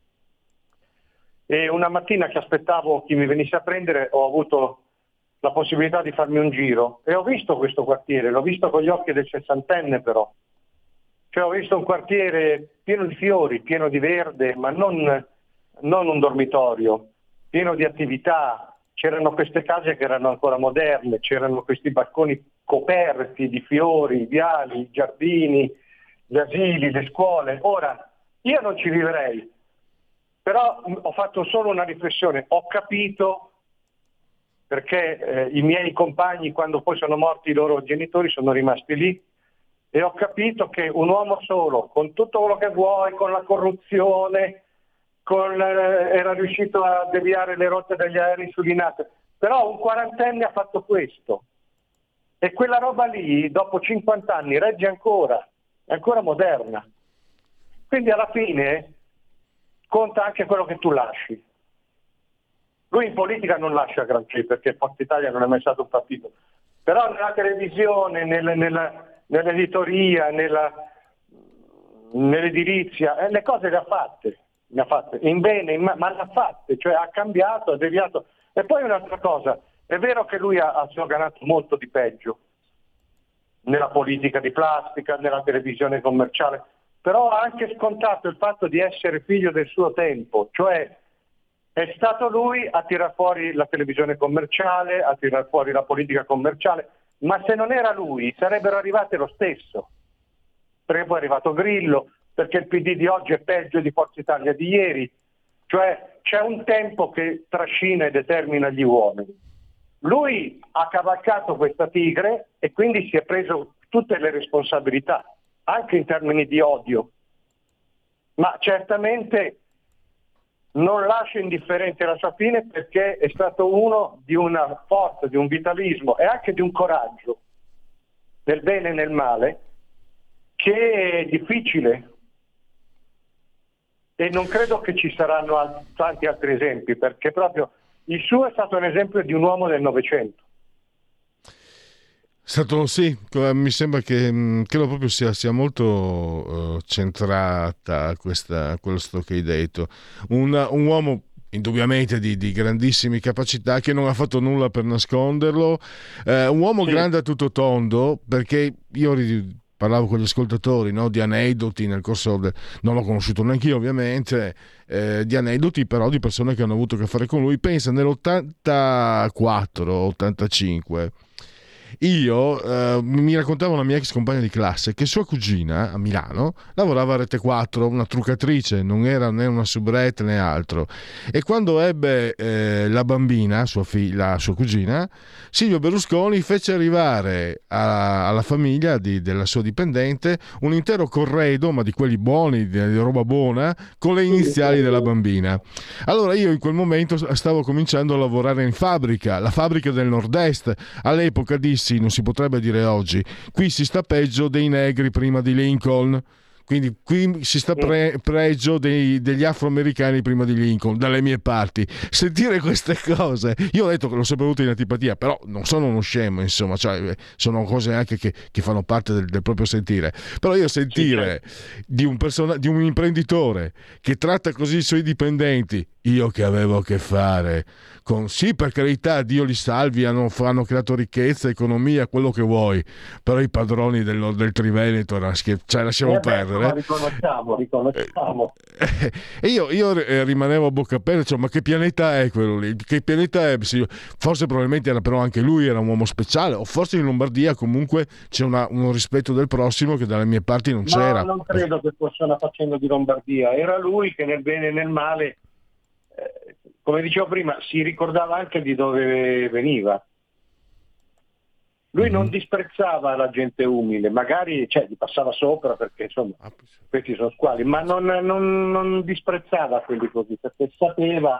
e una mattina che aspettavo chi mi venisse a prendere ho avuto la possibilità di farmi un giro e ho visto questo quartiere, l'ho visto con gli occhi del sessantenne però. Cioè ho visto un quartiere pieno di fiori, pieno di verde, ma non, non un dormitorio, pieno di attività, c'erano queste case che erano ancora moderne, c'erano questi balconi coperti di fiori, i viali, i giardini, gli asili, le scuole. Ora, io non ci vivrei, però ho fatto solo una riflessione, ho capito perché eh, i miei compagni, quando poi sono morti i loro genitori, sono rimasti lì, e ho capito che un uomo solo, con tutto quello che vuoi, con la corruzione, Con, eh, era riuscito a deviare le rotte degli aerei su Linate, però un quarantenne ha fatto questo, e quella roba lì dopo cinquanta anni regge ancora, è ancora moderna. Quindi alla fine conta anche quello che tu lasci. Lui in politica non lascia granché, perché Forza Italia non è mai stato un partito, però nella televisione, nel, nella, nell'editoria, nella, nell'edilizia, eh, le cose le ha fatte. Ne ha fatte in bene, in ma, ma l'ha fatte, cioè ha cambiato, ha deviato. E poi un'altra cosa, è vero che lui ha, ha sdoganato molto di peggio nella politica di plastica, nella televisione commerciale, però ha anche scontato il fatto di essere figlio del suo tempo, cioè è stato lui a tirar fuori la televisione commerciale, a tirar fuori la politica commerciale, ma se non era lui sarebbero arrivate lo stesso, perché poi è arrivato Grillo, perché il P D di oggi è peggio di Forza Italia di ieri, cioè c'è un tempo che trascina e determina gli uomini. Lui ha cavalcato questa tigre e quindi si è preso tutte le responsabilità, anche in termini di odio, ma certamente non lascia indifferente la sua fine, perché è stato uno di una forza, di un vitalismo e anche di un coraggio nel bene e nel male che è difficile. E non credo che ci saranno alt- tanti altri esempi, perché proprio il suo è stato un esempio di un uomo del Novecento. Stato, sì, mi sembra che credo proprio sia, sia molto uh, centrata questa, questo che hai detto. Un, un uomo indubbiamente di, di grandissime capacità, che non ha fatto nulla per nasconderlo, eh, un uomo sì. grande a tutto tondo, perché io parlavo con gli ascoltatori, no, di aneddoti nel corso del, non l'ho conosciuto neanche io ovviamente, eh, di aneddoti però di persone che hanno avuto a che fare con lui. Pensa, nell'ottantaquattro ottantacinque io eh, mi raccontava una mia ex compagna di classe che sua cugina a Milano lavorava a Rete quattro, una truccatrice, non era né una soubrette né altro, e quando ebbe eh, la bambina, sua figlia, la sua cugina, Silvio Berlusconi fece arrivare a, alla famiglia di, della sua dipendente un intero corredo, ma di quelli buoni, di, di roba buona, con le iniziali della bambina. Allora io in quel momento stavo cominciando a lavorare in fabbrica, la fabbrica del Nord-Est. All'epoca dissi, non si potrebbe dire oggi, qui si sta peggio dei negri prima di Lincoln. quindi qui si sta pre- pregio dei, degli afroamericani prima di Lincoln, dalle mie parti. Sentire queste cose, io ho detto che l'ho sempre avuto in antipatia, però non sono uno scemo, insomma, cioè, sono cose anche che, che fanno parte del, del proprio sentire. Però io sentire sì, certo. di, un persona, di un imprenditore che tratta così i suoi dipendenti, io che avevo a che fare con, sì, per carità, Dio li salvi, hanno, hanno creato ricchezza, economia, quello che vuoi, però i padroni del, del Triveneto, cioè, lasciamo eh perdere. Beh, riconosciamo, riconosciamo. E io, io rimanevo a bocca aperta, cioè, ma che pianeta è quello lì? Che pianeta è? Forse probabilmente era, però anche lui era un uomo speciale, o forse in Lombardia comunque c'è una, uno rispetto del prossimo che dalle mie parti non c'era. No, non credo che fosse una faccenda di Lombardia, era lui che nel bene e nel male, eh, come dicevo prima, si ricordava anche di dove veniva. Lui mm-hmm. non disprezzava la gente umile, magari cioè, gli passava sopra perché insomma ah, questi sono squali, ma non, non, non disprezzava quelli così, perché sapeva,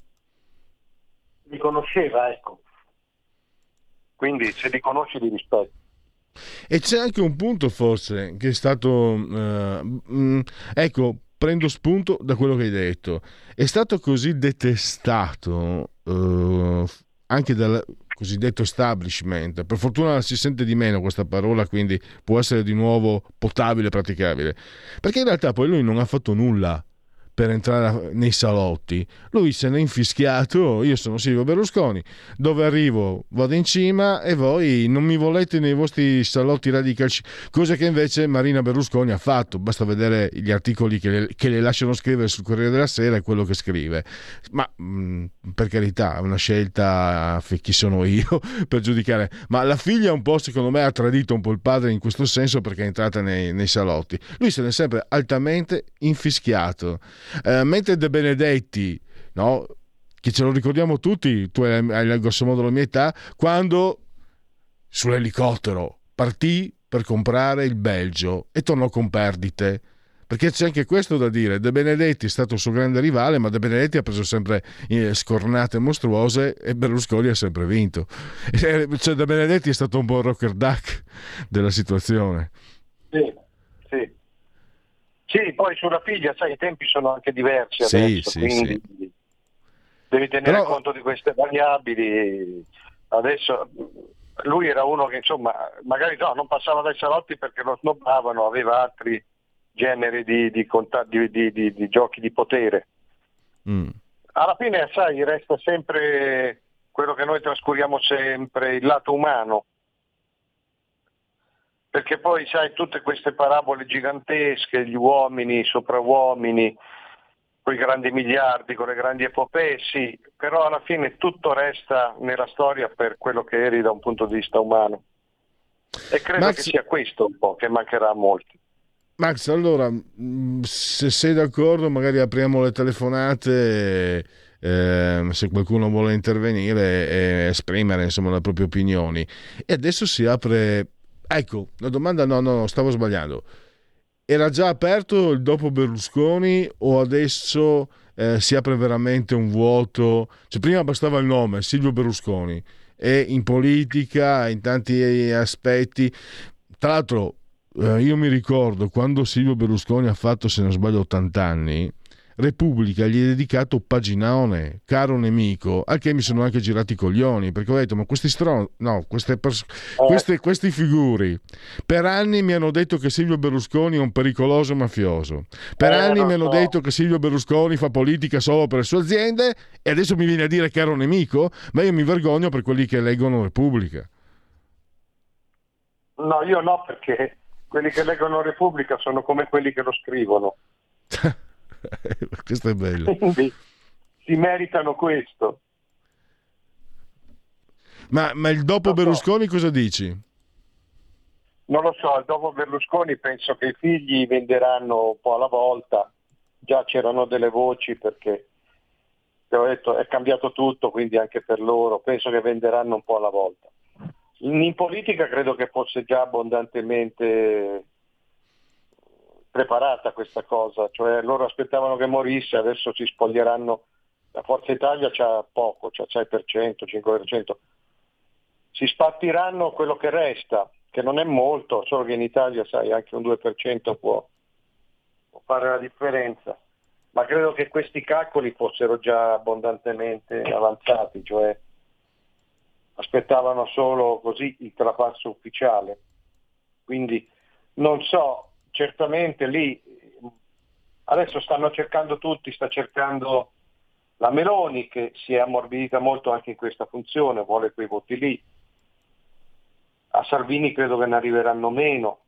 li conosceva, ecco. Quindi se li conosci li rispetti. E c'è anche un punto forse che è stato, uh, mh, ecco, prendo spunto da quello che hai detto, è stato così detestato uh, anche dal cosiddetto establishment, per fortuna si sente di meno questa parola, quindi può essere di nuovo potabile, praticabile, perché in realtà poi lui non ha fatto nulla per entrare nei salotti, lui se n'è infischiato. Io sono Silvio Berlusconi, dove arrivo vado in cima e voi non mi volete nei vostri salotti radicali, cosa che invece Marina Berlusconi ha fatto, basta vedere gli articoli che le, che le lasciano scrivere sul Corriere della Sera e quello che scrive, ma mh, per carità è una scelta, chi sono io per giudicare, ma la figlia un po' secondo me ha tradito un po' il padre in questo senso, perché è entrata nei, nei salotti, lui se n'è sempre altamente infischiato. Uh, mentre De Benedetti, no, che ce lo ricordiamo tutti, tu hai, hai grosso modo la mia età, quando sull'elicottero partì per comprare il Belgio e tornò con perdite, perché c'è anche questo da dire. De Benedetti è stato il suo grande rivale, ma De Benedetti ha preso sempre scornate mostruose e Berlusconi ha sempre vinto. Cioè, De Benedetti è stato un po' il rocker duck della situazione. Sì, sì. Sì, poi sulla figlia, sai, i tempi sono anche diversi sì, adesso, sì, quindi sì. devi tenere Però... conto di queste variabili. Adesso lui era uno che, insomma, magari no, non passava dai salotti perché lo snobbavano, aveva altri generi di, di, conta- di, di, di, di giochi di potere. Mm. Alla fine, sai, resta sempre quello che noi trascuriamo sempre, il lato umano. Perché poi sai tutte queste parabole gigantesche, gli uomini, i sopravuomini, con i grandi miliardi, con le grandi epopee, sì, però alla fine tutto resta nella storia per quello che eri da un punto di vista umano. E credo Max... che sia questo un po' che mancherà a molti. Max, allora, se sei d'accordo magari apriamo le telefonate, eh, se qualcuno vuole intervenire e esprimere insomma le proprie opinioni. E adesso si apre... Ecco, la domanda no, no, no, stavo sbagliando. Era già aperto il dopo Berlusconi o adesso eh, si apre veramente un vuoto? Cioè, prima bastava il nome, Silvio Berlusconi, e in politica, in tanti aspetti. Tra l'altro, eh, io mi ricordo quando Silvio Berlusconi ha fatto, se non sbaglio, ottanta anni, Repubblica gli ha dedicato paginone, caro nemico, al che mi sono anche girati i coglioni, perché ho detto, ma questi stron... no, queste, pers... queste questi figuri per anni mi hanno detto che Silvio Berlusconi è un pericoloso mafioso, per eh, anni mi hanno so. detto che Silvio Berlusconi fa politica solo per le sue aziende, e adesso mi viene a dire caro nemico? Ma io mi vergogno per quelli che leggono Repubblica. No, io no, perché quelli che leggono Repubblica sono come quelli che lo scrivono. Questo è bello. Quindi si meritano questo. Ma, ma il dopo Berlusconi so. cosa dici? Non lo so, il dopo Berlusconi penso che i figli venderanno un po' alla volta. Già c'erano delle voci, perché ti ho detto è cambiato tutto, quindi anche per loro penso che venderanno un po' alla volta. In, in politica credo che fosse già abbondantemente preparata questa cosa, cioè loro aspettavano che morisse, adesso si spoglieranno. La Forza Italia c'ha poco, c'ha sei per cento, cinque per cento, si spartiranno quello che resta, che non è molto, solo che in Italia sai anche un due per cento può, fare la differenza, ma credo che questi calcoli fossero già abbondantemente avanzati, cioè aspettavano solo così il trapasso ufficiale. Quindi non so, certamente lì adesso stanno cercando tutti, sta cercando la Meloni, che si è ammorbidita molto anche in questa funzione, vuole quei voti lì. A Salvini credo che ne arriveranno meno.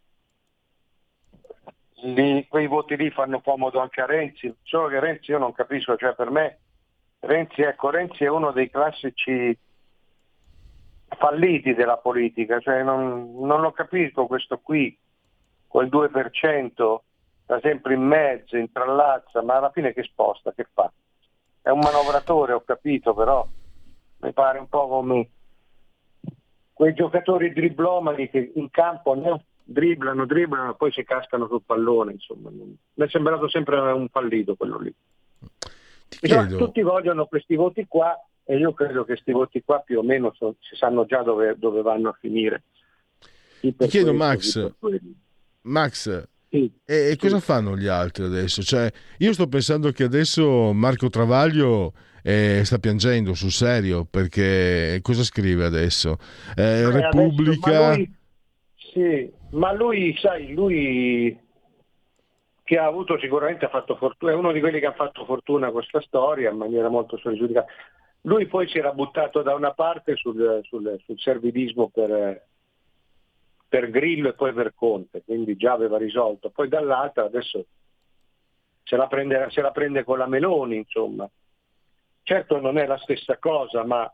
Lì, quei voti lì fanno comodo anche a Renzi, solo che Renzi io non capisco, cioè per me Renzi, ecco, Renzi è uno dei classici falliti della politica, cioè non, non lo capisco questo qui, col due per cento, sta sempre in mezzo, intrallazza, ma alla fine che sposta, che fa? È un manovratore, ho capito, però mi pare un po' come quei giocatori driblomani che in campo no, dribblano, dribblano e poi si cascano sul pallone, insomma. Mi è sembrato sempre un fallito quello lì. Insomma, tutti vogliono questi voti qua e io credo che questi voti qua più o meno so, si sanno già dove, dove vanno a finire. Ti chiedo, Max, Max, sì, e, e cosa sì. fanno gli altri adesso? Cioè, io sto pensando che adesso Marco Travaglio eh, sta piangendo sul serio, perché cosa scrive adesso? Eh, eh, Repubblica... Adesso, ma lui, sì, ma lui, sai, lui che ha avuto sicuramente ha fatto fortuna, è uno di quelli che ha fatto fortuna questa storia in maniera molto spregiudicata. Lui poi si era buttato da una parte sul, sul, sul servilismo per, per Grillo e poi per Conte, quindi già aveva risolto. Poi dall'altra adesso se la prende, se la prende con la Meloni, insomma. Certo non è la stessa cosa, ma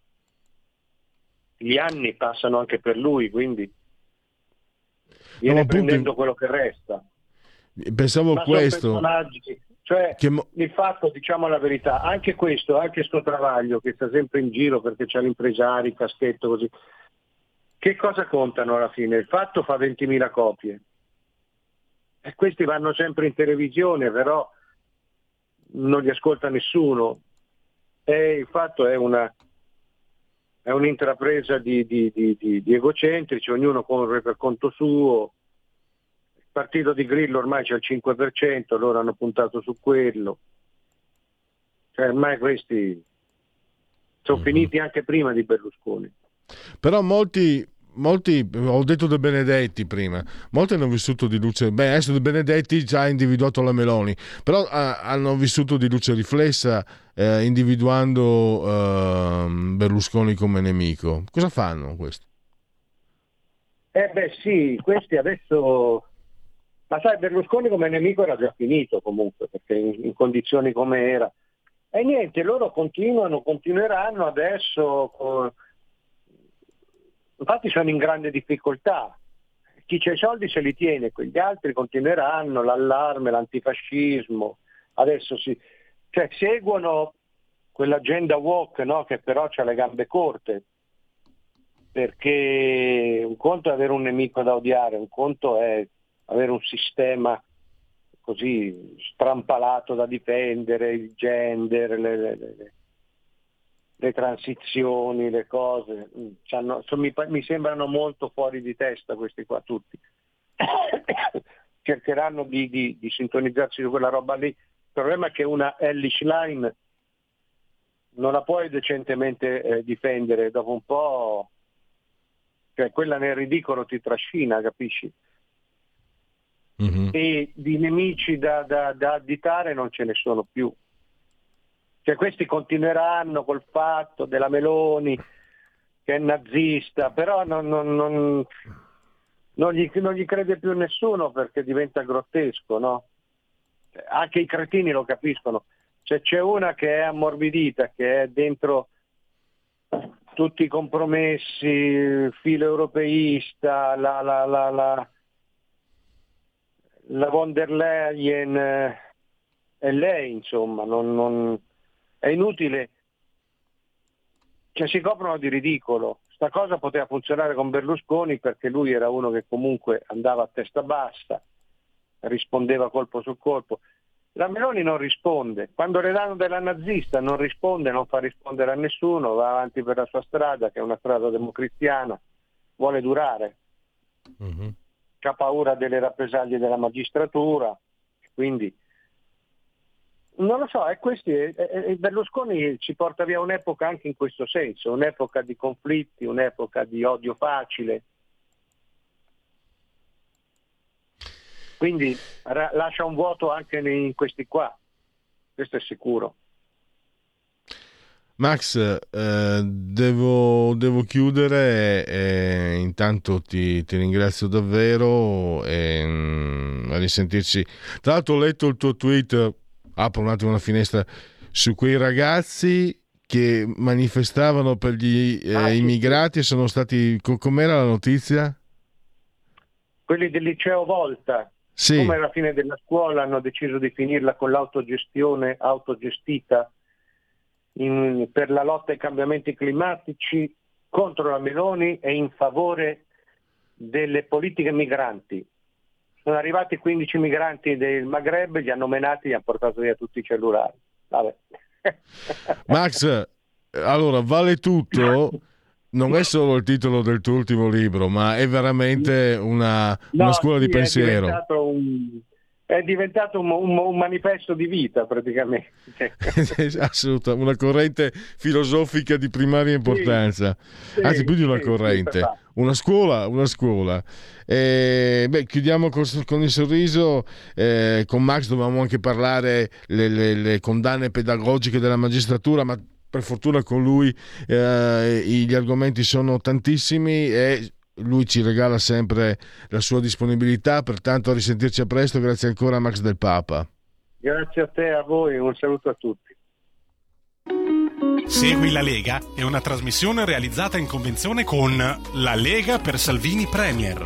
gli anni passano anche per lui, quindi viene no, prendendo quello che resta. Pensavo ma questo. Sono personaggi. Cioè, mo- il fatto, diciamo la verità, anche questo, anche sto Travaglio che sta sempre in giro perché c'ha l'impresario, il caschetto così, che cosa contano alla fine? Il fatto fa ventimila copie e questi vanno sempre in televisione, però non li ascolta nessuno e il fatto è una è un'intrapresa di, di, di, di, di egocentrici, ognuno corre per conto suo. Il partito di Grillo ormai c'è il cinque per cento, loro hanno puntato su quello. Cioè ormai questi sono mm-hmm. finiti anche prima di Berlusconi. Però molti, molti, ho detto De Benedetti prima, molti hanno vissuto di luce, beh adesso De Benedetti già ha individuato la Meloni, però ah, hanno vissuto di luce riflessa eh, individuando eh, Berlusconi come nemico. Cosa fanno questi? Eh beh sì, questi adesso... Ma sai, Berlusconi come nemico era già finito comunque, perché in, in condizioni come era. E niente, loro continuano, continueranno adesso. Con... Infatti sono in grande difficoltà. Chi c'ha i soldi se li tiene, quegli altri continueranno, l'allarme, l'antifascismo. Adesso si... Cioè, seguono quell'agenda woke, no? Che però c'ha le gambe corte. Perché un conto è avere un nemico da odiare, un conto è avere un sistema così strampalato da difendere, il gender, le, le, le, le transizioni, le cose. C'hanno, so, mi, mi sembrano molto fuori di testa questi qua tutti. Cercheranno di, di, di sintonizzarsi su quella roba lì. Il problema è che una Ellie Schlein non la puoi decentemente eh, difendere, dopo un po', cioè quella nel ridicolo ti trascina, capisci? Mm-hmm. E di nemici da, da, da additare non ce ne sono più. Cioè questi continueranno col fatto della Meloni che è nazista, però non, non, non, non, gli, non gli crede più nessuno perché diventa grottesco, no? Anche i cretini lo capiscono. Cioè, c'è una che è ammorbidita, che è dentro tutti i compromessi, filo europeista, la, la, la, la, la von der Leyen eh, è lei, insomma, non, non, è inutile, cioè si coprono di ridicolo. Sta cosa poteva funzionare con Berlusconi perché lui era uno che comunque andava a testa bassa, rispondeva colpo su colpo. La Meloni non risponde, quando le danno della nazista non risponde, non fa rispondere a nessuno, va avanti per la sua strada, che è una strada democristiana, vuole durare, mm-hmm. ha paura delle rappresaglie della magistratura, quindi non lo so, è questo, è, è, Berlusconi ci porta via un'epoca anche in questo senso, un'epoca di conflitti, un'epoca di odio facile. Quindi ra- lascia un vuoto anche in questi qua, questo è sicuro. Max, eh, devo, devo chiudere, e intanto ti, ti ringrazio davvero e mm, a risentirci. Tra l'altro ho letto il tuo tweet, apro un attimo una finestra, su quei ragazzi che manifestavano per gli eh, ah, sì, immigrati e sono stati, com'era la notizia? Quelli del liceo Volta. Sì. Come alla fine della scuola hanno deciso di finirla con l'autogestione autogestita in, per la lotta ai cambiamenti climatici contro la Meloni e in favore delle politiche migranti. Sono arrivati quindici migranti del Maghreb, li hanno menati e gli hanno portato via tutti i cellulari. Vabbè. Max, allora vale tutto. Non è solo il titolo del tuo ultimo libro, ma è veramente una, no, una scuola sì, di pensiero. È diventato un, è diventato un, un, un manifesto di vita praticamente. Assolutamente, una corrente filosofica di primaria importanza, sì, anzi più di una sì, corrente, sì, una scuola, una scuola. E, beh, chiudiamo con, con il sorriso. Eh, con Max dovevamo anche parlare le, le, le condanne pedagogiche della magistratura, ma per fortuna con lui eh, gli argomenti sono tantissimi e lui ci regala sempre la sua disponibilità, pertanto a risentirci a presto. Grazie ancora a Max Del Papa. Grazie a te, a voi, un saluto a tutti. Segui la Lega è una trasmissione realizzata in convenzione con La Lega per Salvini Premier.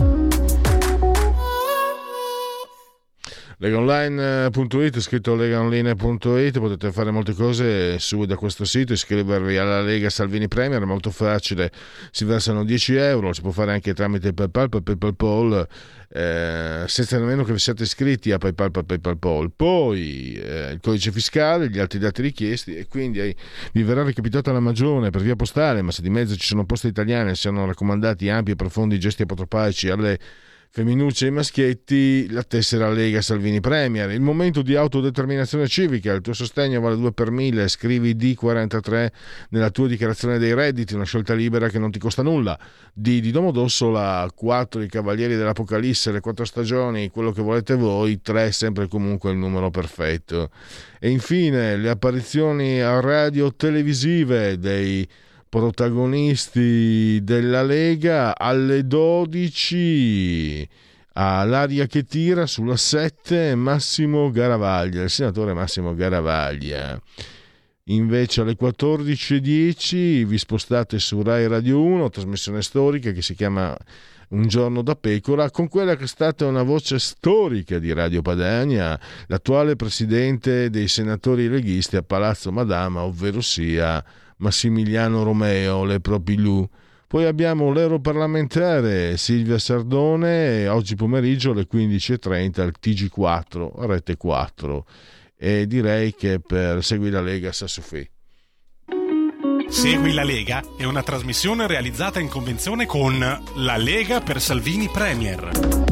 legaonline punto it, scritto legaonline punto it, potete fare molte cose su da questo sito, iscrivervi alla Lega Salvini Premier, è molto facile, si versano dieci euro, si può fare anche tramite PayPal, PayPal Poll, eh, senza nemmeno che vi siate iscritti a PayPal, PayPal Poll, poi eh, il codice fiscale, gli altri dati richiesti e quindi eh, vi verrà recapitata la magione per via postale, ma se di mezzo ci sono poste italiane, siano raccomandati ampi e profondi gesti apotropaici alle femminucce e maschietti, la tessera Lega Salvini Premier. Il momento di autodeterminazione civica, il tuo sostegno vale due per mille, scrivi D quarantatré nella tua dichiarazione dei redditi, una scelta libera che non ti costa nulla. D di Domodossola, quattro i Cavalieri dell'Apocalisse, le quattro stagioni, quello che volete voi, tre sempre comunque il numero perfetto. E infine le apparizioni a radio televisive dei protagonisti della Lega alle dodici, all'aria che tira sulla sette Massimo Garavaglia, il senatore Massimo Garavaglia. Invece alle quattordici e dieci vi spostate su Rai Radio uno, trasmissione storica che si chiama Un giorno da pecora, con quella che è stata una voce storica di Radio Padania, l'attuale presidente dei senatori leghisti a Palazzo Madama, ovvero sia Massimiliano Romeo, le Propilù. Poi abbiamo l'europarlamentare Silvia Sardone, oggi pomeriggio alle quindici e trenta al T G quattro, Rete quattro. E direi che per Segui la Lega Sassofì. Segui la Lega è una trasmissione realizzata in convenzione con La Lega per Salvini Premier.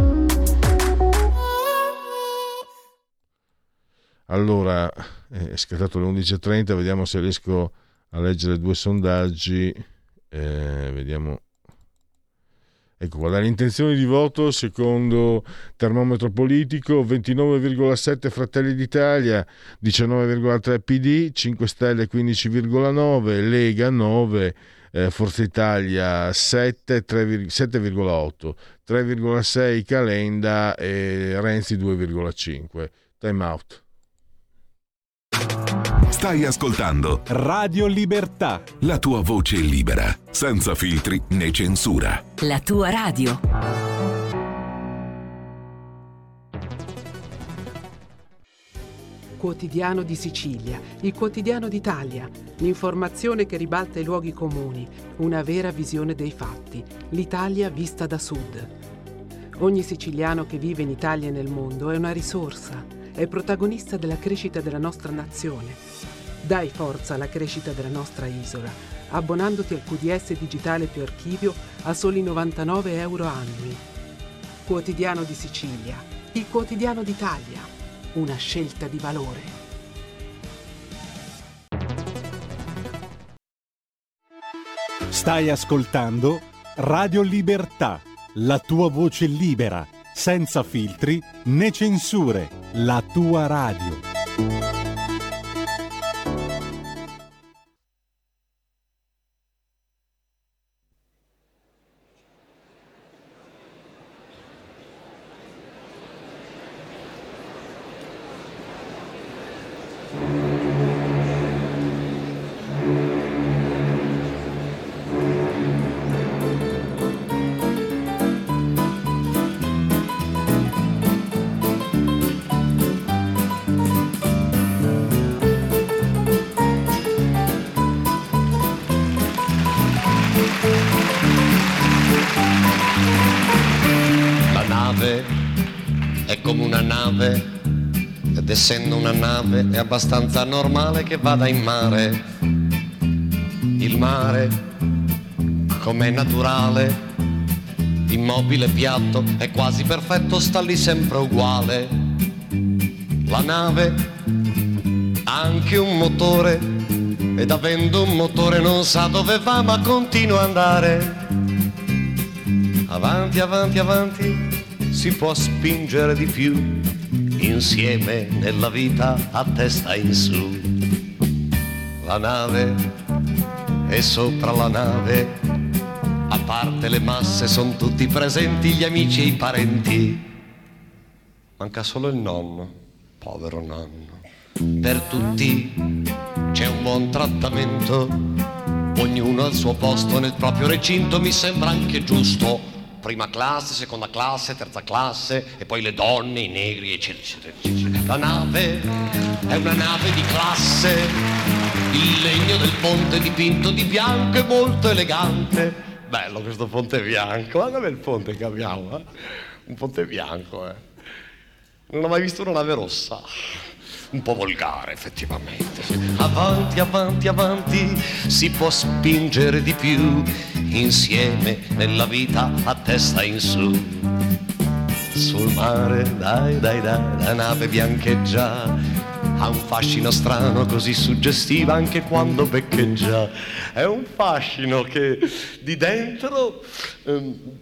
Allora, è scattato le undici e trenta, vediamo se riesco a leggere due sondaggi, eh, vediamo. Ecco qua, le intenzioni di voto secondo termometro politico: ventinove virgola sette Fratelli d'Italia, diciannove virgola tre P D, cinque Stelle quindici virgola nove, Lega nove, eh, Forza Italia sette, sette virgola otto, tre virgola sei Calenda e Renzi due virgola cinque. Time out. Stai ascoltando Radio Libertà, la tua voce libera, senza filtri né censura. La tua radio. Quotidiano di Sicilia, il quotidiano d'Italia, l'informazione che ribalta i luoghi comuni, una vera visione dei fatti, l'Italia vista da sud. Ogni siciliano che vive in Italia e nel mondo è una risorsa, è protagonista della crescita della nostra nazione. Dai forza alla crescita della nostra isola, abbonandoti al Q D S digitale più archivio a soli novantanove euro annui. Quotidiano di Sicilia, il quotidiano d'Italia. una scelta di valore. Stai ascoltando Radio Libertà, la tua voce libera, senza filtri né censure, la tua radio. Ed essendo una nave è abbastanza normale che vada in mare. Il mare, com'è naturale, immobile piatto, è quasi perfetto, sta lì sempre uguale. La nave ha anche un motore, ed avendo un motore non sa dove va ma continua a andare. Avanti, avanti, avanti, si può spingere di più, insieme nella vita a testa in su. La nave e sopra la nave, a parte le masse, son tutti presenti gli amici e i parenti. Manca solo il nonno, povero nonno. Per tutti c'è un buon trattamento, ognuno al suo posto nel proprio recinto, mi sembra anche giusto. Prima classe, seconda classe, terza classe, e poi le donne, i negri, eccetera, eccetera, eccetera. La nave è una nave di classe, il legno del ponte dipinto di bianco è molto elegante. Bello questo ponte bianco, guarda il ponte che abbiamo, eh? Un ponte bianco, eh. Non ho mai visto una nave rossa. Un po' volgare effettivamente. Avanti, avanti, avanti, si può spingere di più, insieme nella vita a testa in su. Sul mare, dai, dai, dai, la nave biancheggia, ha un fascino strano così suggestivo anche quando beccheggia. È un fascino che di dentro... Um,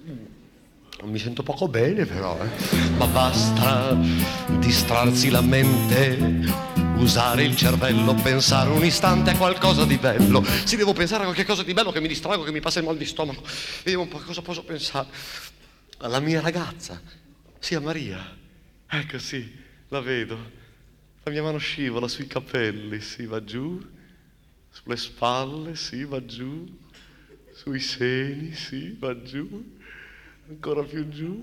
mi sento poco bene però, eh. Ma basta distrarsi la mente, usare il cervello, pensare un istante a qualcosa di bello. Sì, devo pensare a qualche cosa di bello che mi distrago, che mi passa il mal di stomaco. Vediamo un po' cosa posso pensare. Alla mia ragazza, sì, a Maria. Ecco, sì, la vedo. La mia mano scivola sui capelli, sì, va giù. Sulle spalle, sì, va giù. Sui seni, sì, va giù. Ancora più giù,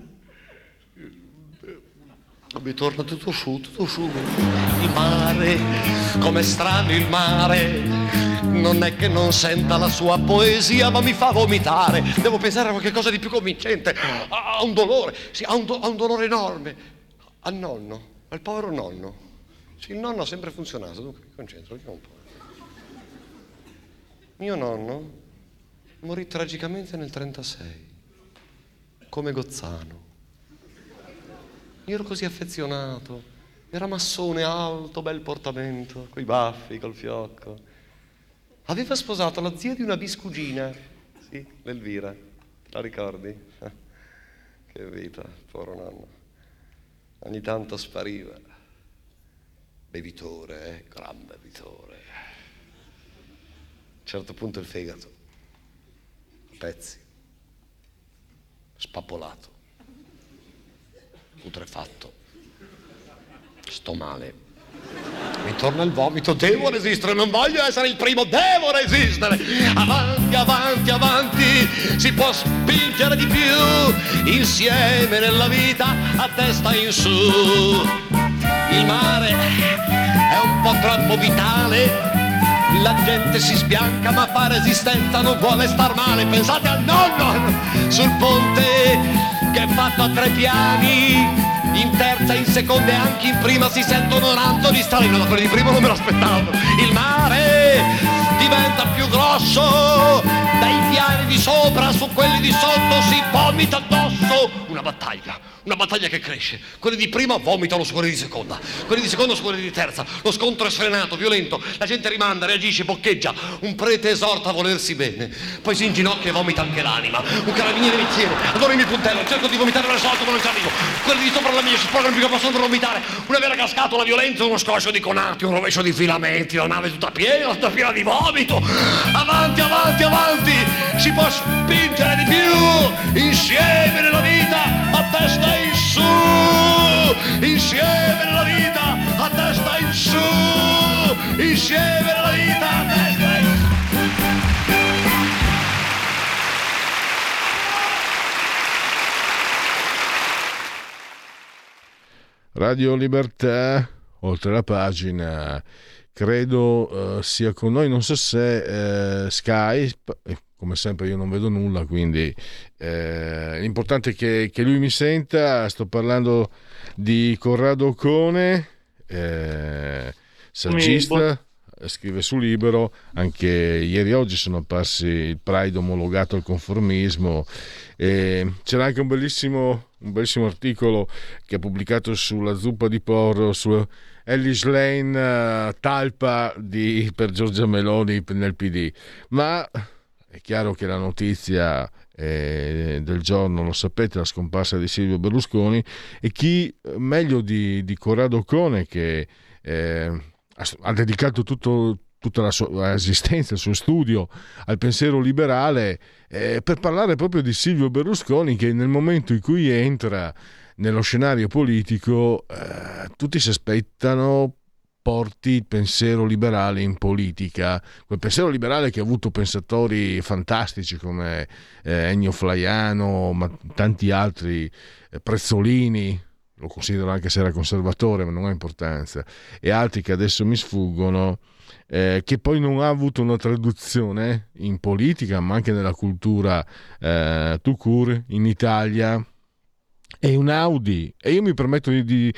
mi torna tutto su, tutto su. Il mare, com'è strano il mare, non è che non senta la sua poesia, ma mi fa vomitare. Devo pensare a qualche cosa di più convincente. Ha un dolore, sì, ha un, do- ha un dolore enorme. Al nonno, al povero nonno. Sì, il nonno ha sempre funzionato, dunque mi concentro, vediamo un po'. Mio nonno morì tragicamente nel trentasei. Come Gozzano. Io ero così affezionato, era massone alto, bel portamento, coi baffi, col fiocco. Aveva sposato la zia di una biscugina, sì, l'Elvira, la ricordi? Che vita, povero nonno. Ogni tanto spariva. Bevitore, eh, gran bevitore. A un certo punto il fegato, a pezzi. Spappolato, putrefatto, sto male, mi torna il vomito, devo resistere, non voglio essere il primo, devo resistere. Avanti, avanti, avanti, si può spingere di più, insieme nella vita a testa in su. Il mare è un po' troppo vitale, la gente si sbianca ma fa resistenza, non vuole star male. Pensate al nonno sul ponte che è fatto a tre piani, in terza, in seconda e anche in prima si sentono rantoli strani. No, quelli di prima non me lo aspettavo. Il mare diventa più grosso, dai piani di sopra su quelli di sotto si vomita addosso. Una battaglia, Una battaglia che cresce. Quelli di prima vomitano su quelli di seconda, quelli di seconda su quelli di terza. Lo scontro è sfrenato, violento. La gente rimanda, reagisce, boccheggia. Un prete esorta a volersi bene. Poi si inginocchia e vomita anche l'anima. Un carabiniere mi tiene. Allora mi puntello, cerco di vomitare verso l'alto ma non ci arrivo. Quelli di sopra la mia si sporcano più che possono per vomitare. Una vera cascata, una violenza, uno scoscio di conati, un rovescio di filamenti, la nave tutta piena, tutta piena di vomito. Avanti, avanti, avanti. Si può spingere di più. Insieme nella vita, a testa in su, insieme nella vita, a testa in su, insieme nella vita, a testa in su. Radio Libertà, oltre la pagina, credo uh, sia con noi, non so se uh, Skype, come sempre io non vedo nulla, quindi eh, l'importante è che, che lui mi senta. Sto parlando di Corrado Ocone, eh, saggista, scrive su Libero, anche ieri e oggi sono apparsi il Pride omologato al conformismo, e c'era anche un bellissimo, un bellissimo articolo che ha pubblicato sulla zuppa di porro, su Ellis Lane, uh, talpa di, per Giorgia Meloni nel P D, ma è chiaro che la notizia eh, del giorno, lo sapete, la scomparsa di Silvio Berlusconi, e chi meglio di, di Corrado Ocone, che eh, ha, ha dedicato tutto, tutta la sua esistenza, il suo studio al pensiero liberale, eh, per parlare proprio di Silvio Berlusconi, che nel momento in cui entra nello scenario politico eh, tutti si aspettano porti il pensiero liberale in politica, quel pensiero liberale che ha avuto pensatori fantastici come eh, Ennio Flaiano, ma tanti altri, eh, Prezzolini, lo considero anche se era conservatore ma non ha importanza, e altri che adesso mi sfuggono, eh, che poi non ha avuto una traduzione in politica ma anche nella cultura eh, tout court in Italia. È un Audi, e io mi permetto di, di,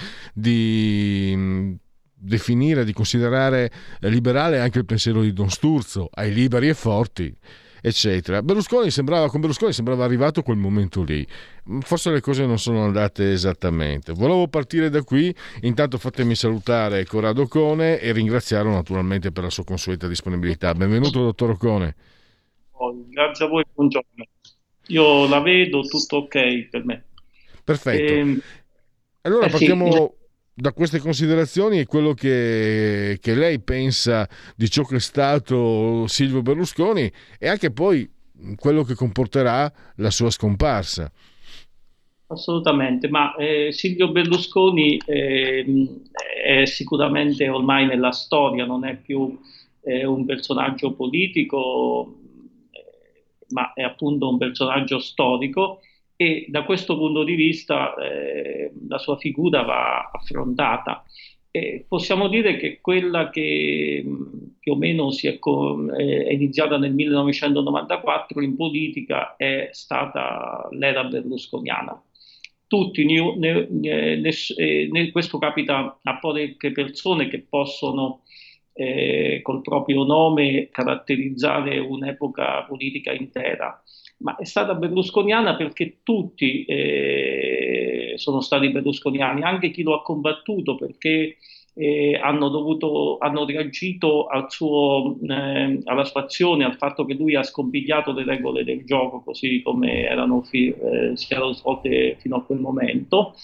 di definire, di considerare liberale anche il pensiero di Don Sturzo, ai liberi e forti, eccetera. Berlusconi sembrava, con Berlusconi sembrava arrivato quel momento lì. Forse le cose non sono andate esattamente. Volevo partire da qui, intanto fatemi salutare Corrado Ocone e ringraziarlo naturalmente per la sua consueta disponibilità. Benvenuto dottor Ocone. Grazie a voi, buongiorno. Io la vedo, tutto ok per me. Perfetto. Eh, allora eh, partiamo sì. da queste considerazioni e quello che, che lei pensa di ciò che è stato Silvio Berlusconi e anche poi quello che comporterà la sua scomparsa. Assolutamente, ma eh, Silvio Berlusconi eh, è sicuramente ormai nella storia, non è più eh, un personaggio politico, eh, ma è appunto un personaggio storico. E da questo punto di vista eh, la sua figura va affrontata. E possiamo dire che quella che mh, più o meno si è, co- è iniziata nel millenovecentonovantaquattro in politica è stata l'era berlusconiana. Tutti, ne, ne, ne, ne, questo capita a poche persone che possono eh, col proprio nome caratterizzare un'epoca politica intera. Ma è stata berlusconiana perché tutti eh, sono stati berlusconiani, anche chi lo ha combattuto, perché eh, hanno dovuto, hanno reagito al suo, eh, alla sua azione, al fatto che lui ha scompigliato le regole del gioco così come erano fi- eh, si erano svolte fino a quel momento,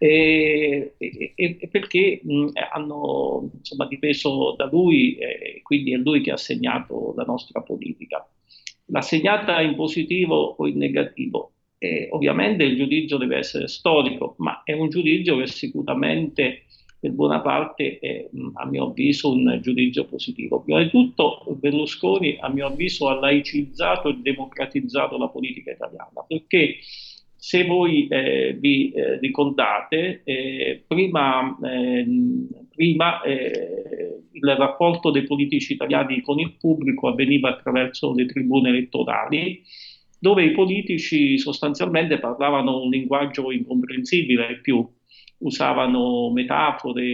e, e, e perché mh, hanno insomma dipeso da lui, e quindi è lui che ha segnato la nostra politica. L'ha segnata in positivo o in negativo. E ovviamente il giudizio deve essere storico, ma è un giudizio che sicuramente per buona parte è, a mio avviso, un giudizio positivo. Prima di tutto Berlusconi, a mio avviso, ha laicizzato e democratizzato la politica italiana, perché se voi eh, vi eh, ricordate, eh, prima, eh, prima eh, il rapporto dei politici italiani con il pubblico avveniva attraverso le tribune elettorali, dove i politici sostanzialmente parlavano un linguaggio incomprensibile ai più, usavano metafore,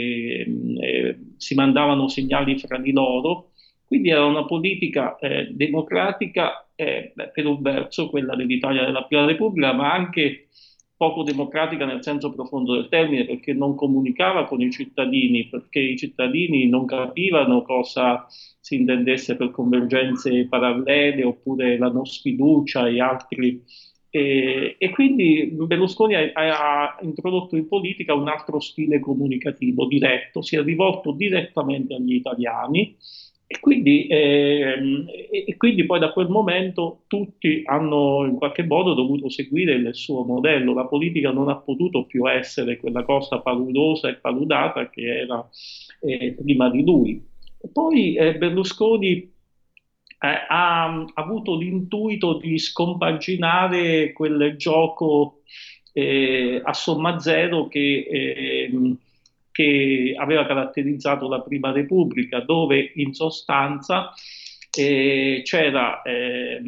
eh, si mandavano segnali fra di loro, quindi era una politica eh, democratica, eh, beh, per un verso quella dell'Italia della Prima Repubblica, ma anche poco democratica nel senso profondo del termine, perché non comunicava con i cittadini, perché i cittadini non capivano cosa si intendesse per convergenze parallele oppure la non sfiducia e altri. E, e quindi Berlusconi ha, ha introdotto in politica un altro stile comunicativo diretto, si è rivolto direttamente agli italiani. E quindi, eh, e quindi poi da quel momento tutti hanno in qualche modo dovuto seguire il suo modello. La politica non ha potuto più essere quella cosa paludosa e paludata che era eh, prima di lui. E poi eh, Berlusconi eh, ha, ha avuto l'intuito di scompaginare quel gioco eh, a somma zero che... Eh, che aveva caratterizzato la Prima Repubblica, dove in sostanza eh, c'era, eh,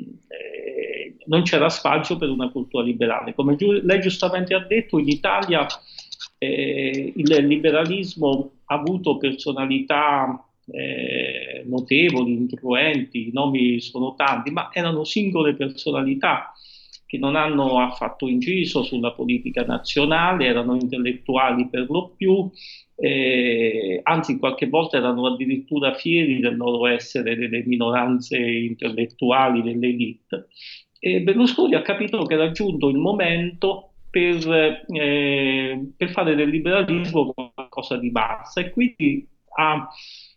eh, non c'era spazio per una cultura liberale. Come giu- lei giustamente ha detto, in Italia eh, il liberalismo ha avuto personalità eh, notevoli, influenti, i nomi sono tanti, ma erano singole personalità che non hanno affatto inciso sulla politica nazionale, erano intellettuali per lo più, eh, anzi qualche volta erano addirittura fieri del loro essere delle minoranze intellettuali, dell'elite. E Berlusconi ha capito che era giunto il momento per, eh, per fare del liberalismo qualcosa di massa, e quindi ha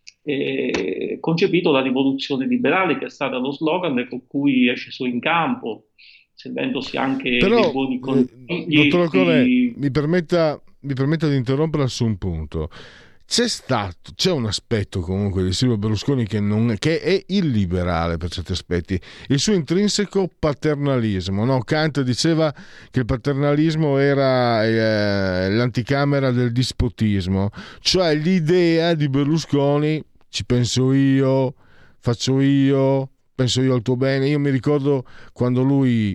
eh, concepito la rivoluzione liberale, che è stata lo slogan con cui è sceso in campo, servendosi anche Però, dei buoni consigli. eh, dottor Colè, di... mi permetta, mi permetta di interrompere su un punto. C'è stato, c'è un aspetto comunque di Silvio Berlusconi che, non, che è illiberale per certi aspetti, il suo intrinseco paternalismo, no? Kant diceva che il paternalismo era eh, l'anticamera del dispotismo, cioè l'idea di Berlusconi, ci penso io, faccio io, penso io al tuo bene. Io mi ricordo quando lui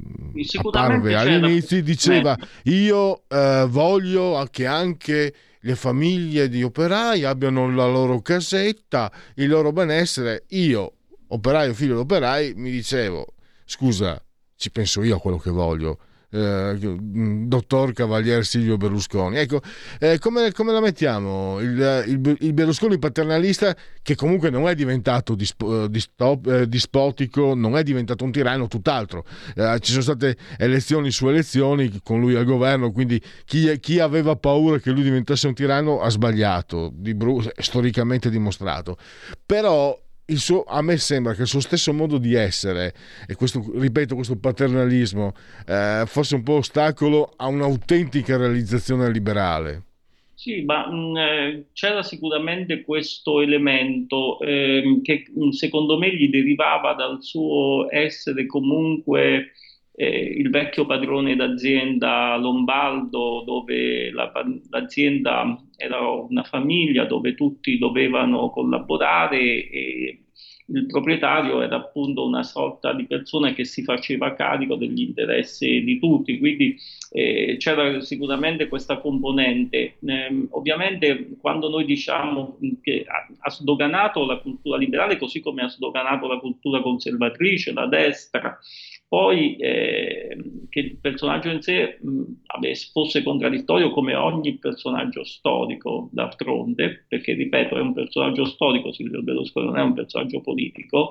apparve all'inizio, diceva io eh, voglio che anche le famiglie di operai abbiano la loro casetta, il loro benessere. Io, operaio, figlio di operai, mi dicevo, scusa, ci penso io a quello che voglio. Eh, dottor Cavaliere Silvio Berlusconi, ecco, eh, come, come la mettiamo il, il, il Berlusconi paternalista, che comunque non è diventato dispo, distop, eh, dispotico, non è diventato un tiranno, tutt'altro. Eh, ci sono state elezioni su elezioni con lui al governo, quindi chi, chi aveva paura che lui diventasse un tiranno ha sbagliato, di bru- storicamente dimostrato. Però il suo, a me sembra che il suo stesso modo di essere, e questo, ripeto, questo paternalismo eh, fosse un po' ostacolo a un'autentica realizzazione liberale. Sì, ma mh, c'era sicuramente questo elemento eh, che mh, secondo me gli derivava dal suo essere comunque eh, il vecchio padrone d'azienda lombardo, dove la, l'azienda era una famiglia dove tutti dovevano collaborare, e il proprietario era appunto una sorta di persona che si faceva carico degli interessi di tutti, quindi eh, c'era sicuramente questa componente. Eh, ovviamente quando noi diciamo che ha, ha sdoganato la cultura liberale, così come ha sdoganato la cultura conservatrice, la destra, poi eh, che il personaggio in sé mh, vabbè, fosse contraddittorio come ogni personaggio storico, d'altronde, perché ripeto è un personaggio storico, Silvio Berlusconi non è un personaggio politico,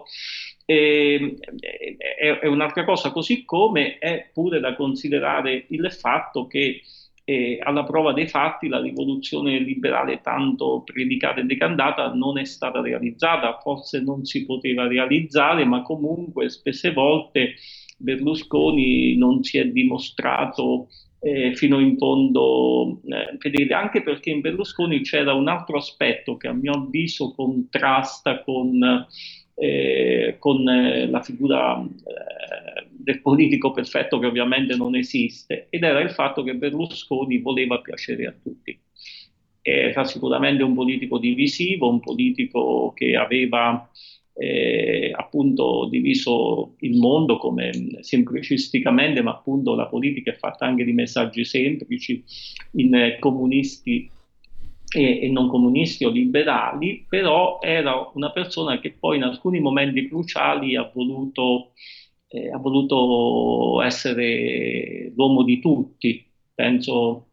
e, è, è un'altra cosa, così come è pure da considerare il fatto che eh, alla prova dei fatti la rivoluzione liberale tanto predicata e decantata non è stata realizzata, forse non si poteva realizzare, ma comunque spesse volte Berlusconi non si è dimostrato eh, fino in fondo eh, fedele, anche perché in Berlusconi c'era un altro aspetto che a mio avviso contrasta con, eh, con eh, la figura eh, del politico perfetto, che ovviamente non esiste, ed era il fatto che Berlusconi voleva piacere a tutti. Era sicuramente un politico divisivo, un politico che aveva Eh, appunto diviso il mondo, come semplicisticamente, ma appunto la politica è fatta anche di messaggi semplici, in eh, comunisti e, e non comunisti o liberali, però era una persona che poi in alcuni momenti cruciali ha voluto eh, ha voluto essere l'uomo di tutti, penso,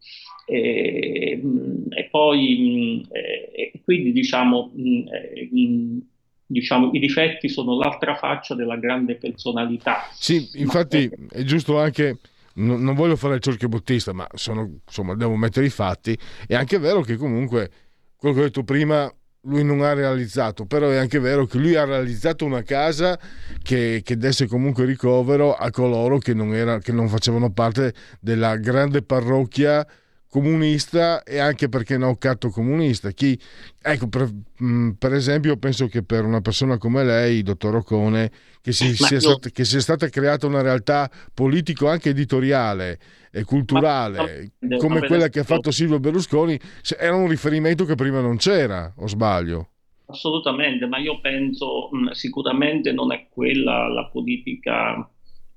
eh, mh, e poi mh, eh, quindi diciamo, mh, eh, mh, diciamo i difetti sono l'altra faccia della grande personalità. Sì, infatti Ma... è giusto anche, non, non voglio fare il ciorchebuttista, ma sono, insomma, devo mettere i fatti. È anche vero che comunque quello che ho detto prima lui non ha realizzato, però è anche vero che lui ha realizzato una casa che, che desse comunque ricovero a coloro che non, era, che non facevano parte della grande parrocchia comunista, e anche, perché no, catto comunista. Chi, ecco, per, per esempio, penso che per una persona come lei, dottor Occone, che, si, sia, io... stata, che sia stata creata una realtà politico anche editoriale e culturale Ma... come Ma quella che ha fatto Silvio Berlusconi, era un riferimento che prima non c'era, o sbaglio? Assolutamente, ma io penso mh, sicuramente non è quella la politica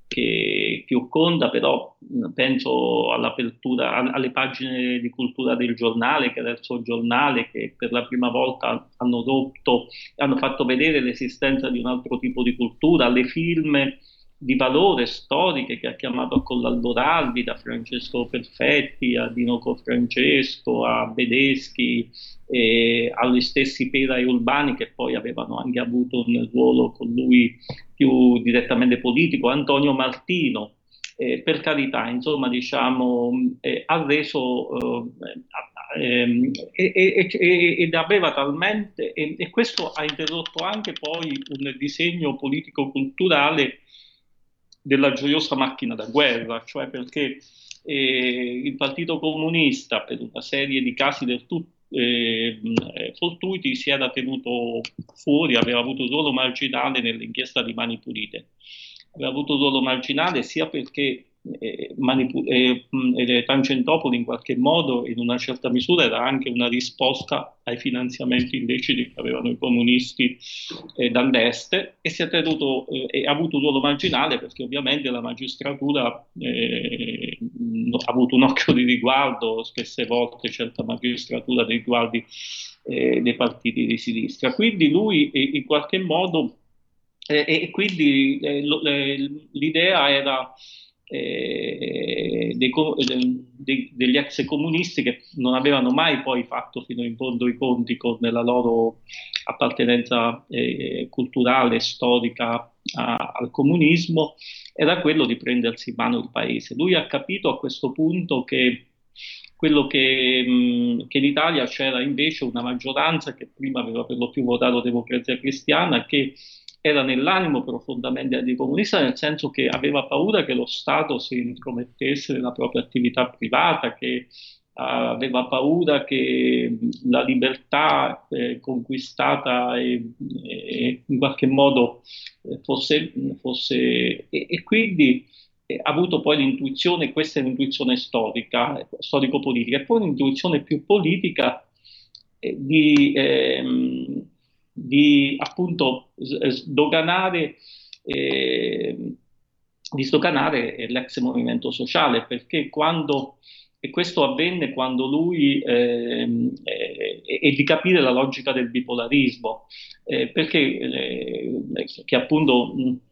che più conta, però mh, penso all'apertura, a, alle pagine di cultura del giornale, che era il suo giornale, che per la prima volta hanno rotto, hanno fatto vedere l'esistenza di un altro tipo di cultura, alle firme di valore storiche che ha chiamato a collaborarvi, da Francesco Perfetti a Dinoco Francesco a Bedeschi, e agli stessi Pera e Urbani, che poi avevano anche avuto un ruolo con lui più direttamente politico, Antonio Martino, eh, per carità, insomma, diciamo, eh, ha reso eh, eh, eh, ed aveva talmente, e, e questo ha interrotto anche poi un disegno politico-culturale della gioiosa macchina da guerra, cioè perché eh, il Partito Comunista, per una serie di casi del tutto eh, fortuiti, si era tenuto fuori, aveva avuto un ruolo marginale nell'inchiesta di Mani Pulite. Aveva avuto un ruolo marginale sia perché eh, Manipu- eh, eh, Tangentopoli in qualche modo, in una certa misura, era anche una risposta ai finanziamenti illeciti che avevano i comunisti eh, dall'est, e si è tenuto, eh, e ha avuto un ruolo marginale perché ovviamente la magistratura eh, ha avuto un occhio di riguardo, spesse volte certa magistratura dei riguardi eh, dei partiti di sinistra. Quindi lui eh, in qualche modo, eh, e quindi eh, lo, eh, l'idea era Eh, dei, dei, degli ex comunisti che non avevano mai poi fatto fino in fondo i conti con la loro appartenenza eh, culturale, storica a, al comunismo, era quello di prendersi in mano il paese. Lui ha capito a questo punto che quello che, mh, che in Italia c'era invece una maggioranza che prima aveva per lo più votato Democrazia Cristiana, che era nell'animo profondamente anticomunista, nel senso che aveva paura che lo Stato si intromettesse nella propria attività privata, che uh, aveva paura che la libertà eh, conquistata e, e in qualche modo eh, fosse, fosse e, e quindi eh, ha avuto poi l'intuizione, questa è l'intuizione storica, storico-politica, e poi l'intuizione più politica eh, di... Ehm, di appunto sdoganare, eh, di sdoganare l'ex movimento sociale, perché quando, e questo avvenne quando lui, eh, eh, e di capire la logica del bipolarismo, eh, perché eh, che appunto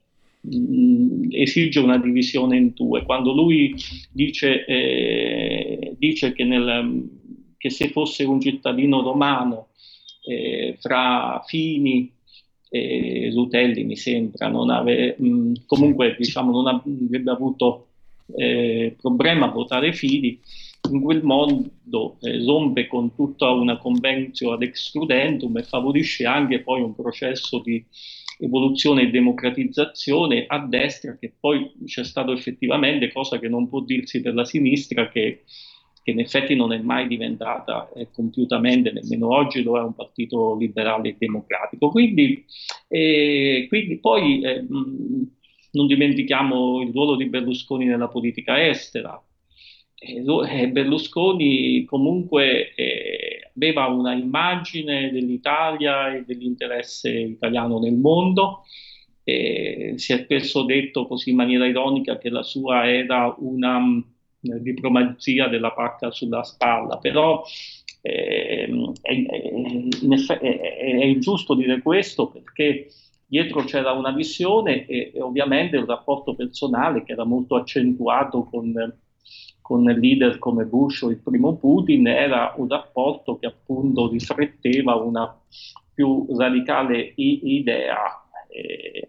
mh, esige una divisione in due. Quando lui dice, eh, dice che, nel, che se fosse un cittadino romano, Eh, fra Fini e Rutelli, mi sembra, non ave, mh, comunque diciamo non avrebbe avuto eh, problema a votare Fini, in quel modo eh, rompe con tutta una conventio ad extrudentum e favorisce anche poi un processo di evoluzione e democratizzazione a destra, che poi c'è stato effettivamente, cosa che non può dirsi per la sinistra, che che in effetti non è mai diventata eh, compiutamente, nemmeno oggi lo è, un partito liberale e democratico. Quindi, eh, quindi poi eh, mh, non dimentichiamo il ruolo di Berlusconi nella politica estera. Eh, Berlusconi comunque eh, aveva una immagine dell'Italia e dell'interesse italiano nel mondo. Eh, si è spesso detto così in maniera ironica che la sua era una diplomazia della pacca sulla spalla, però eh, è, è, è, è ingiusto dire questo, perché dietro c'era una visione e, e ovviamente un rapporto personale che era molto accentuato con, con leader come Bush o il primo Putin, era un rapporto che appunto rifletteva una più radicale i- idea eh,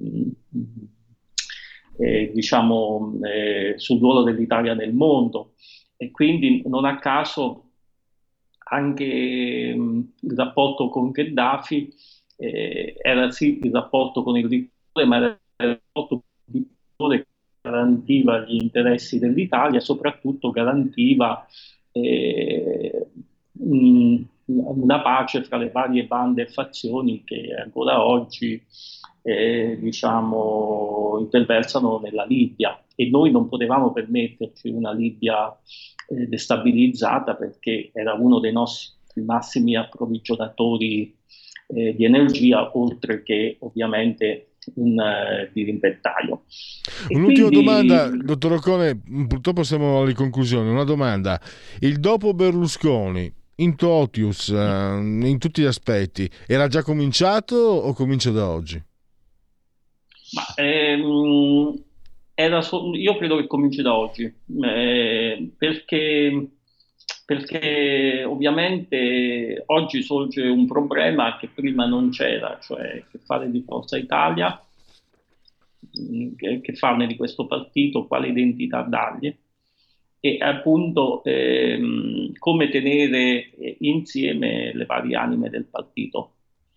eh, diciamo eh, sul ruolo dell'Italia nel mondo, e quindi non a caso anche mh, il rapporto con Gheddafi eh, era sì il rapporto con il dittatore, ma era il rapporto con il dittatore che garantiva gli interessi dell'Italia e soprattutto garantiva eh, mh, una pace fra le varie bande e fazioni che ancora oggi eh, diciamo imperversano nella Libia, e noi non potevamo permetterci una Libia eh, destabilizzata, perché era uno dei nostri massimi approvvigionatori eh, di energia, oltre che ovviamente un uh, dirimpettaio. E Un'ultima quindi... domanda, dottor Occone, purtroppo siamo alle conclusioni. Una domanda: il dopo Berlusconi in totius, uh, in tutti gli aspetti, era già cominciato o comincia da oggi? Ma, ehm, era so- io credo che cominci da oggi, eh, perché, perché ovviamente oggi sorge un problema che prima non c'era, cioè che fare di Forza Italia, mh, che, che farne di questo partito, quale identità dargli, e appunto ehm, come tenere insieme le varie anime del partito.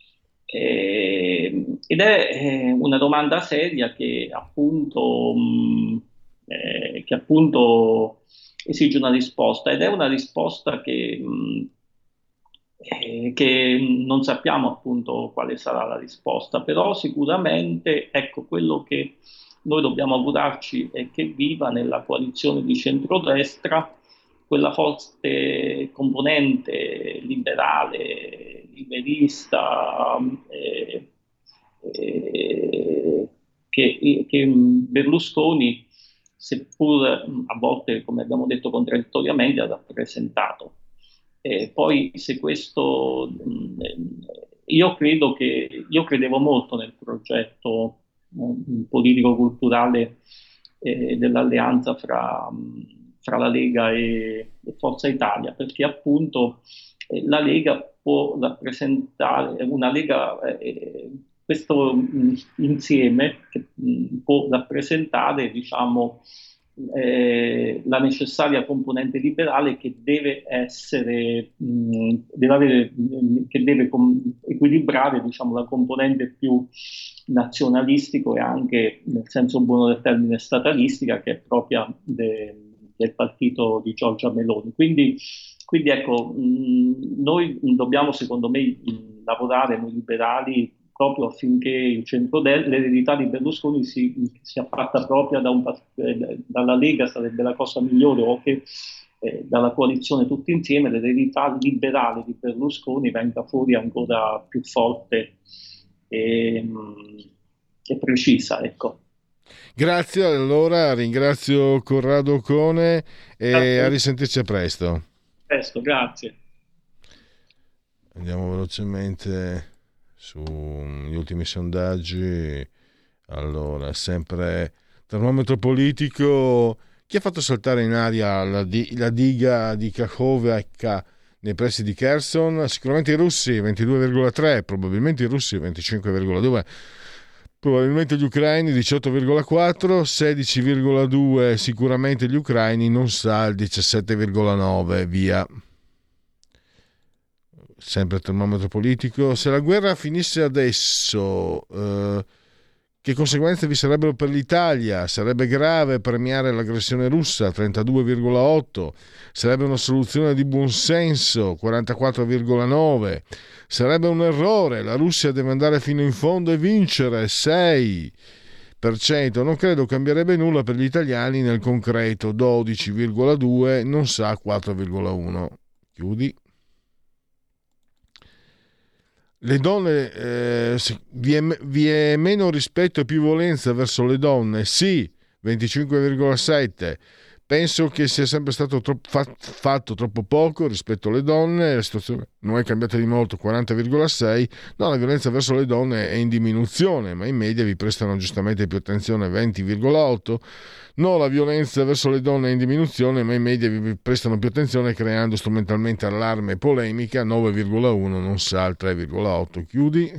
Eh, ed è eh, una domanda seria che appunto, mh, eh, che appunto esige una risposta, ed è una risposta che, mh, eh, che non sappiamo appunto quale sarà la risposta, però sicuramente ecco, quello che noi dobbiamo augurarci è che viva nella coalizione di centrodestra quella forte componente liberale, liberista, eh, eh, che, che Berlusconi, seppur a volte, come abbiamo detto, contraddittoriamente, ha rappresentato. Eh, poi se questo... Io credo che... Io credevo molto nel progetto um, politico-culturale eh, dell'alleanza fra... fra la Lega e, e Forza Italia, perché appunto eh, la Lega può rappresentare una Lega, eh, questo mh, insieme che mh, può rappresentare, diciamo, eh, la necessaria componente liberale che deve essere, mh, deve avere, mh, che deve com- equilibrare, diciamo, la componente più nazionalistico e anche, nel senso buono del termine, statalistica, che è propria de- del partito di Giorgia Meloni. Quindi, quindi ecco, mh, noi dobbiamo, secondo me, mh, lavorare noi liberali proprio affinché il centrodestra, l'eredità di Berlusconi si, sia fatta propria da un, eh, dalla Lega, sarebbe la cosa migliore, o che eh, dalla coalizione tutti insieme l'eredità liberale di Berlusconi venga fuori ancora più forte e, mh, e precisa, ecco. Grazie, allora ringrazio Corrado Occone e grazie. A risentirci a presto. Presto, grazie. Andiamo velocemente sugli ultimi sondaggi. Allora, sempre termometro politico. Chi ha fatto saltare in aria la, di- la diga di Kakhovka nei pressi di Kherson? Sicuramente i russi, ventidue virgola tre, probabilmente i russi, venticinque virgola due. Probabilmente gli ucraini, diciotto virgola quattro, sedici virgola due sicuramente gli ucraini, non sa il diciassette virgola nove, via. Sempre il termometro politico. Se la guerra finisse adesso, eh, che conseguenze vi sarebbero per l'Italia? Sarebbe grave premiare l'aggressione russa, trentadue virgola otto. Sarebbe una soluzione di buonsenso, quarantaquattro virgola nove. Sarebbe un errore, la Russia deve andare fino in fondo e vincere, sei per cento. Non credo cambierebbe nulla per gli italiani nel concreto, dodici virgola due, non sa, quattro virgola uno. Chiudi. Le donne, eh, vi, è, vi è meno rispetto e più violenza verso le donne? Sì, venticinque virgola sette. Penso che sia sempre stato troppo, fatto troppo poco rispetto alle donne, la situazione non è cambiata di molto, quaranta virgola sei. No, la violenza verso le donne è in diminuzione, ma i media vi prestano giustamente più attenzione, venti virgola otto. No, la violenza verso le donne è in diminuzione, ma i media vi prestano più attenzione creando strumentalmente allarme e polemica, nove virgola uno, non sa il tre virgola otto. Chiudi.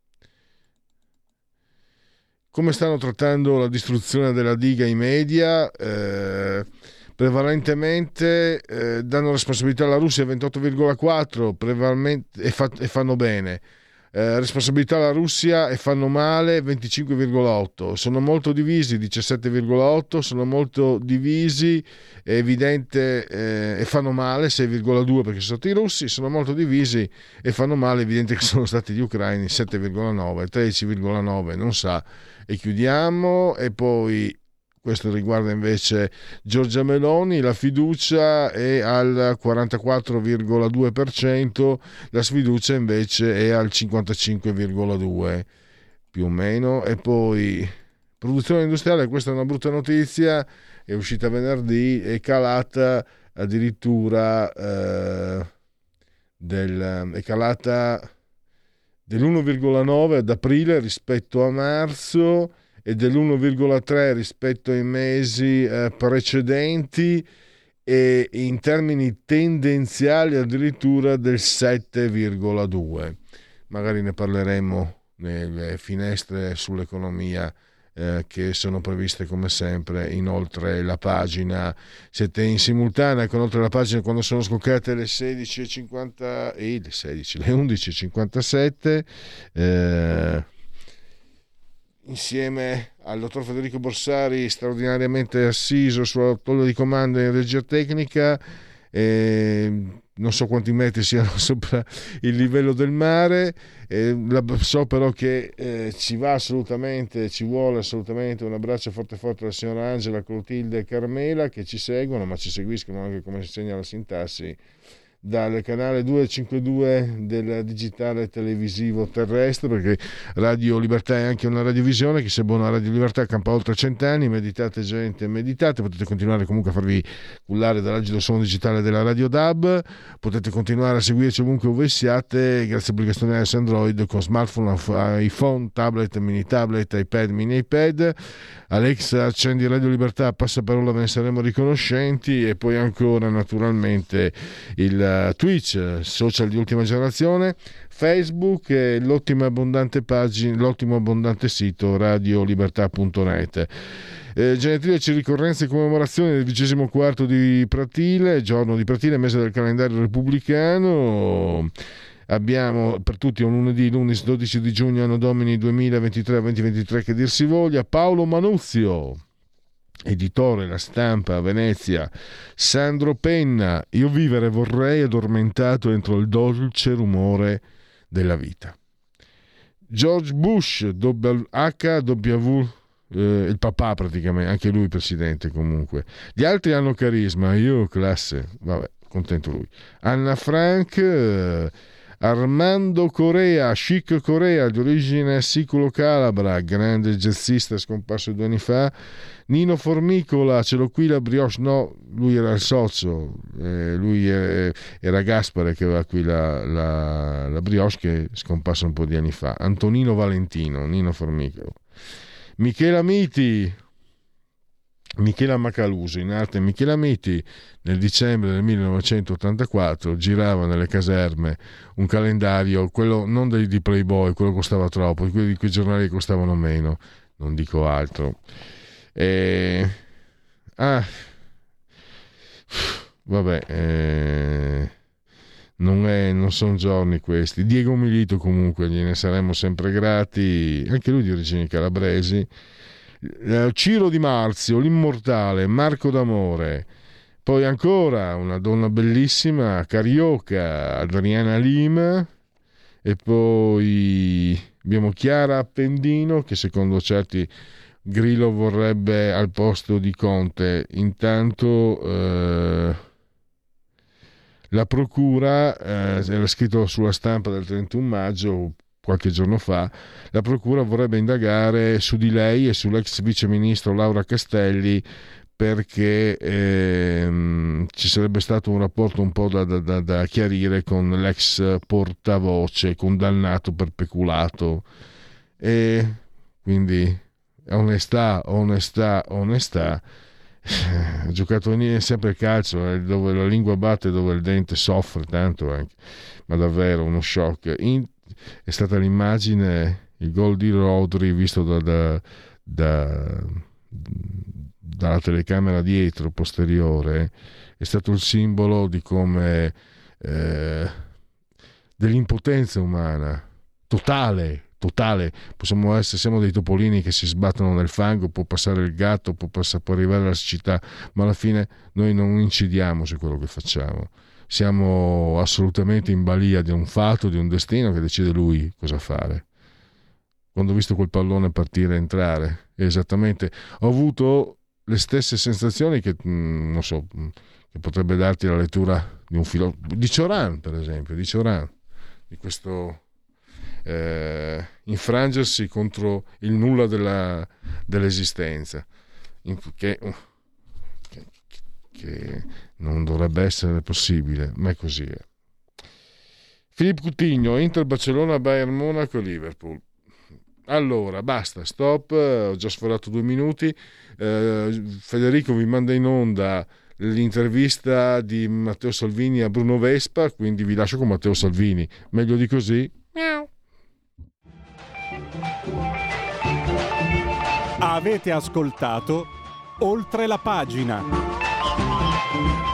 Come stanno trattando la distruzione della diga i media? Eh, prevalentemente eh, danno responsabilità alla Russia, ventotto virgola quattro, prevalentemente, e, fa, e fanno bene. Eh, responsabilità alla Russia e fanno male, venticinque virgola otto. Sono molto divisi, diciassette virgola otto. Sono molto divisi, è evidente, eh, e fanno male, sei virgola due, perché sono stati i russi. Sono molto divisi e fanno male, è evidente che sono stati gli ucraini, sette virgola nove, tredici virgola nove, non sa. E chiudiamo. E poi questo riguarda invece Giorgia Meloni, la fiducia è al quarantaquattro virgola due per cento, la sfiducia invece è al cinquantacinque virgola due per cento più o meno. E poi produzione industriale, questa è una brutta notizia, è uscita venerdì, è calata addirittura eh, del, è calata dell'uno virgola nove ad aprile rispetto a marzo e dell'uno virgola tre rispetto ai mesi eh, precedenti, e in termini tendenziali addirittura del sette virgola due. Magari ne parleremo nelle finestre sull'economia eh, che sono previste come sempre. Inoltre la pagina, siete in simultanea con oltre la pagina quando sono scoccate le sedici e cinquanta e le sedici, le undici e cinquantasette, eh, insieme al dottor Federico Borsari, straordinariamente assiso sulla tolla di comando in regia tecnica. Eh, non so quanti metri siano sopra il livello del mare, eh, la, so però che eh, ci va assolutamente, ci vuole assolutamente un abbraccio forte forte alla signora Angela, Clotilde e Carmela, che ci seguono, ma ci seguiscono anche, come si segna la sintassi, dal canale duecentocinquantadue del digitale televisivo terrestre, perché Radio Libertà è anche una radiovisione. Chi sia buono a Radio Libertà campa oltre cent'anni. Meditate gente, meditate. Potete continuare comunque a farvi cullare dall'agido suono digitale della Radio D A B, potete continuare a seguirci ovunque ove siate grazie all'applicazione iOS Android con smartphone, iPhone, tablet, mini tablet, iPad, mini iPad. Alexa, accendi Radio Libertà, passaparola, ve ne saremo riconoscenti. E poi ancora naturalmente il Twitch, social di ultima generazione, Facebook e l'ottima abbondante pagina, l'ottimo abbondante sito radiolibertà punto net. Eh, genetriaci, ricorrenze e commemorazioni del vigésimo quarto di Pratile, giorno di Pratile, mese del calendario repubblicano. Abbiamo per tutti un lunedì, lunedì dodici di giugno, anno domini duemilaventitré duemilaventitré, che dir si voglia. Paolo Manuzio, editore La Stampa, Venezia. Sandro Penna, io vivere vorrei addormentato entro il dolce rumore della vita. George Bush, H W, eh, il papà praticamente, anche lui presidente comunque. Gli altri hanno carisma, io classe, vabbè, contento lui. Anna Frank, eh, Armando Correa, Chic Corea, di origine siculo-calabra, grande jazzista scomparso due anni fa. Nino Formicola, ce l'ho qui la brioche, no, lui era il socio, eh, lui è, era Gaspare che aveva qui la, la, la brioche, che è scomparso un po' di anni fa. Antonino Valentino, Nino Formicola. Michela Miti, Michela Macaluso, in arte Michela Miti, nel dicembre del millenovecentottantaquattro girava nelle caserme un calendario, quello non dei, di Playboy, quello costava troppo, quelli di quei giornali che costavano meno, non dico altro. E... ah vabbè, eh... non, è, non sono giorni questi. Diego Milito comunque gliene saremmo sempre grati, anche lui di origini calabresi. Ciro Di Marzio, l'immortale, Marco d'Amore. Poi ancora una donna bellissima, carioca, Adriana Lima. E poi abbiamo Chiara Appendino, che secondo certi Grillo vorrebbe al posto di Conte. Intanto eh, la procura, eh, era scritto sulla Stampa del trentuno maggio, qualche giorno fa, la procura vorrebbe indagare su di lei e sull'ex viceministro Laura Castelli perché ehm, ci sarebbe stato un rapporto un po' da, da, da chiarire con l'ex portavoce condannato per peculato, e quindi onestà, onestà, onestà. Ha giocato sempre il calcio, eh, dove la lingua batte, dove il dente soffre tanto anche, ma davvero uno shock. In, è stata l'immagine, il gol di Rodri visto da, da, da dalla telecamera dietro posteriore, è stato il simbolo di come eh, dell'impotenza umana totale, totale. Possiamo essere, siamo dei topolini che si sbattono nel fango, può passare il gatto, può, passare, può arrivare la siccità, ma alla fine noi non incidiamo su quello che facciamo, siamo assolutamente in balia di un fatto, di un destino che decide lui cosa fare. Quando ho visto quel pallone partire e entrare, esattamente, ho avuto le stesse sensazioni che, mh, non so, mh, che potrebbe darti la lettura di un filosofo, di Cioran per esempio, di Cioran, di questo eh, infrangersi contro il nulla della, dell'esistenza, in, che, che, che non dovrebbe essere possibile, ma è così. Philippe Coutinho, Inter, Barcellona, Bayern Monaco e Liverpool. Allora, basta, stop, ho già sforato due minuti. eh, Federico vi manda in onda l'intervista di Matteo Salvini a Bruno Vespa, quindi vi lascio con Matteo Salvini, meglio di così. Miau. Avete ascoltato Oltre la pagina.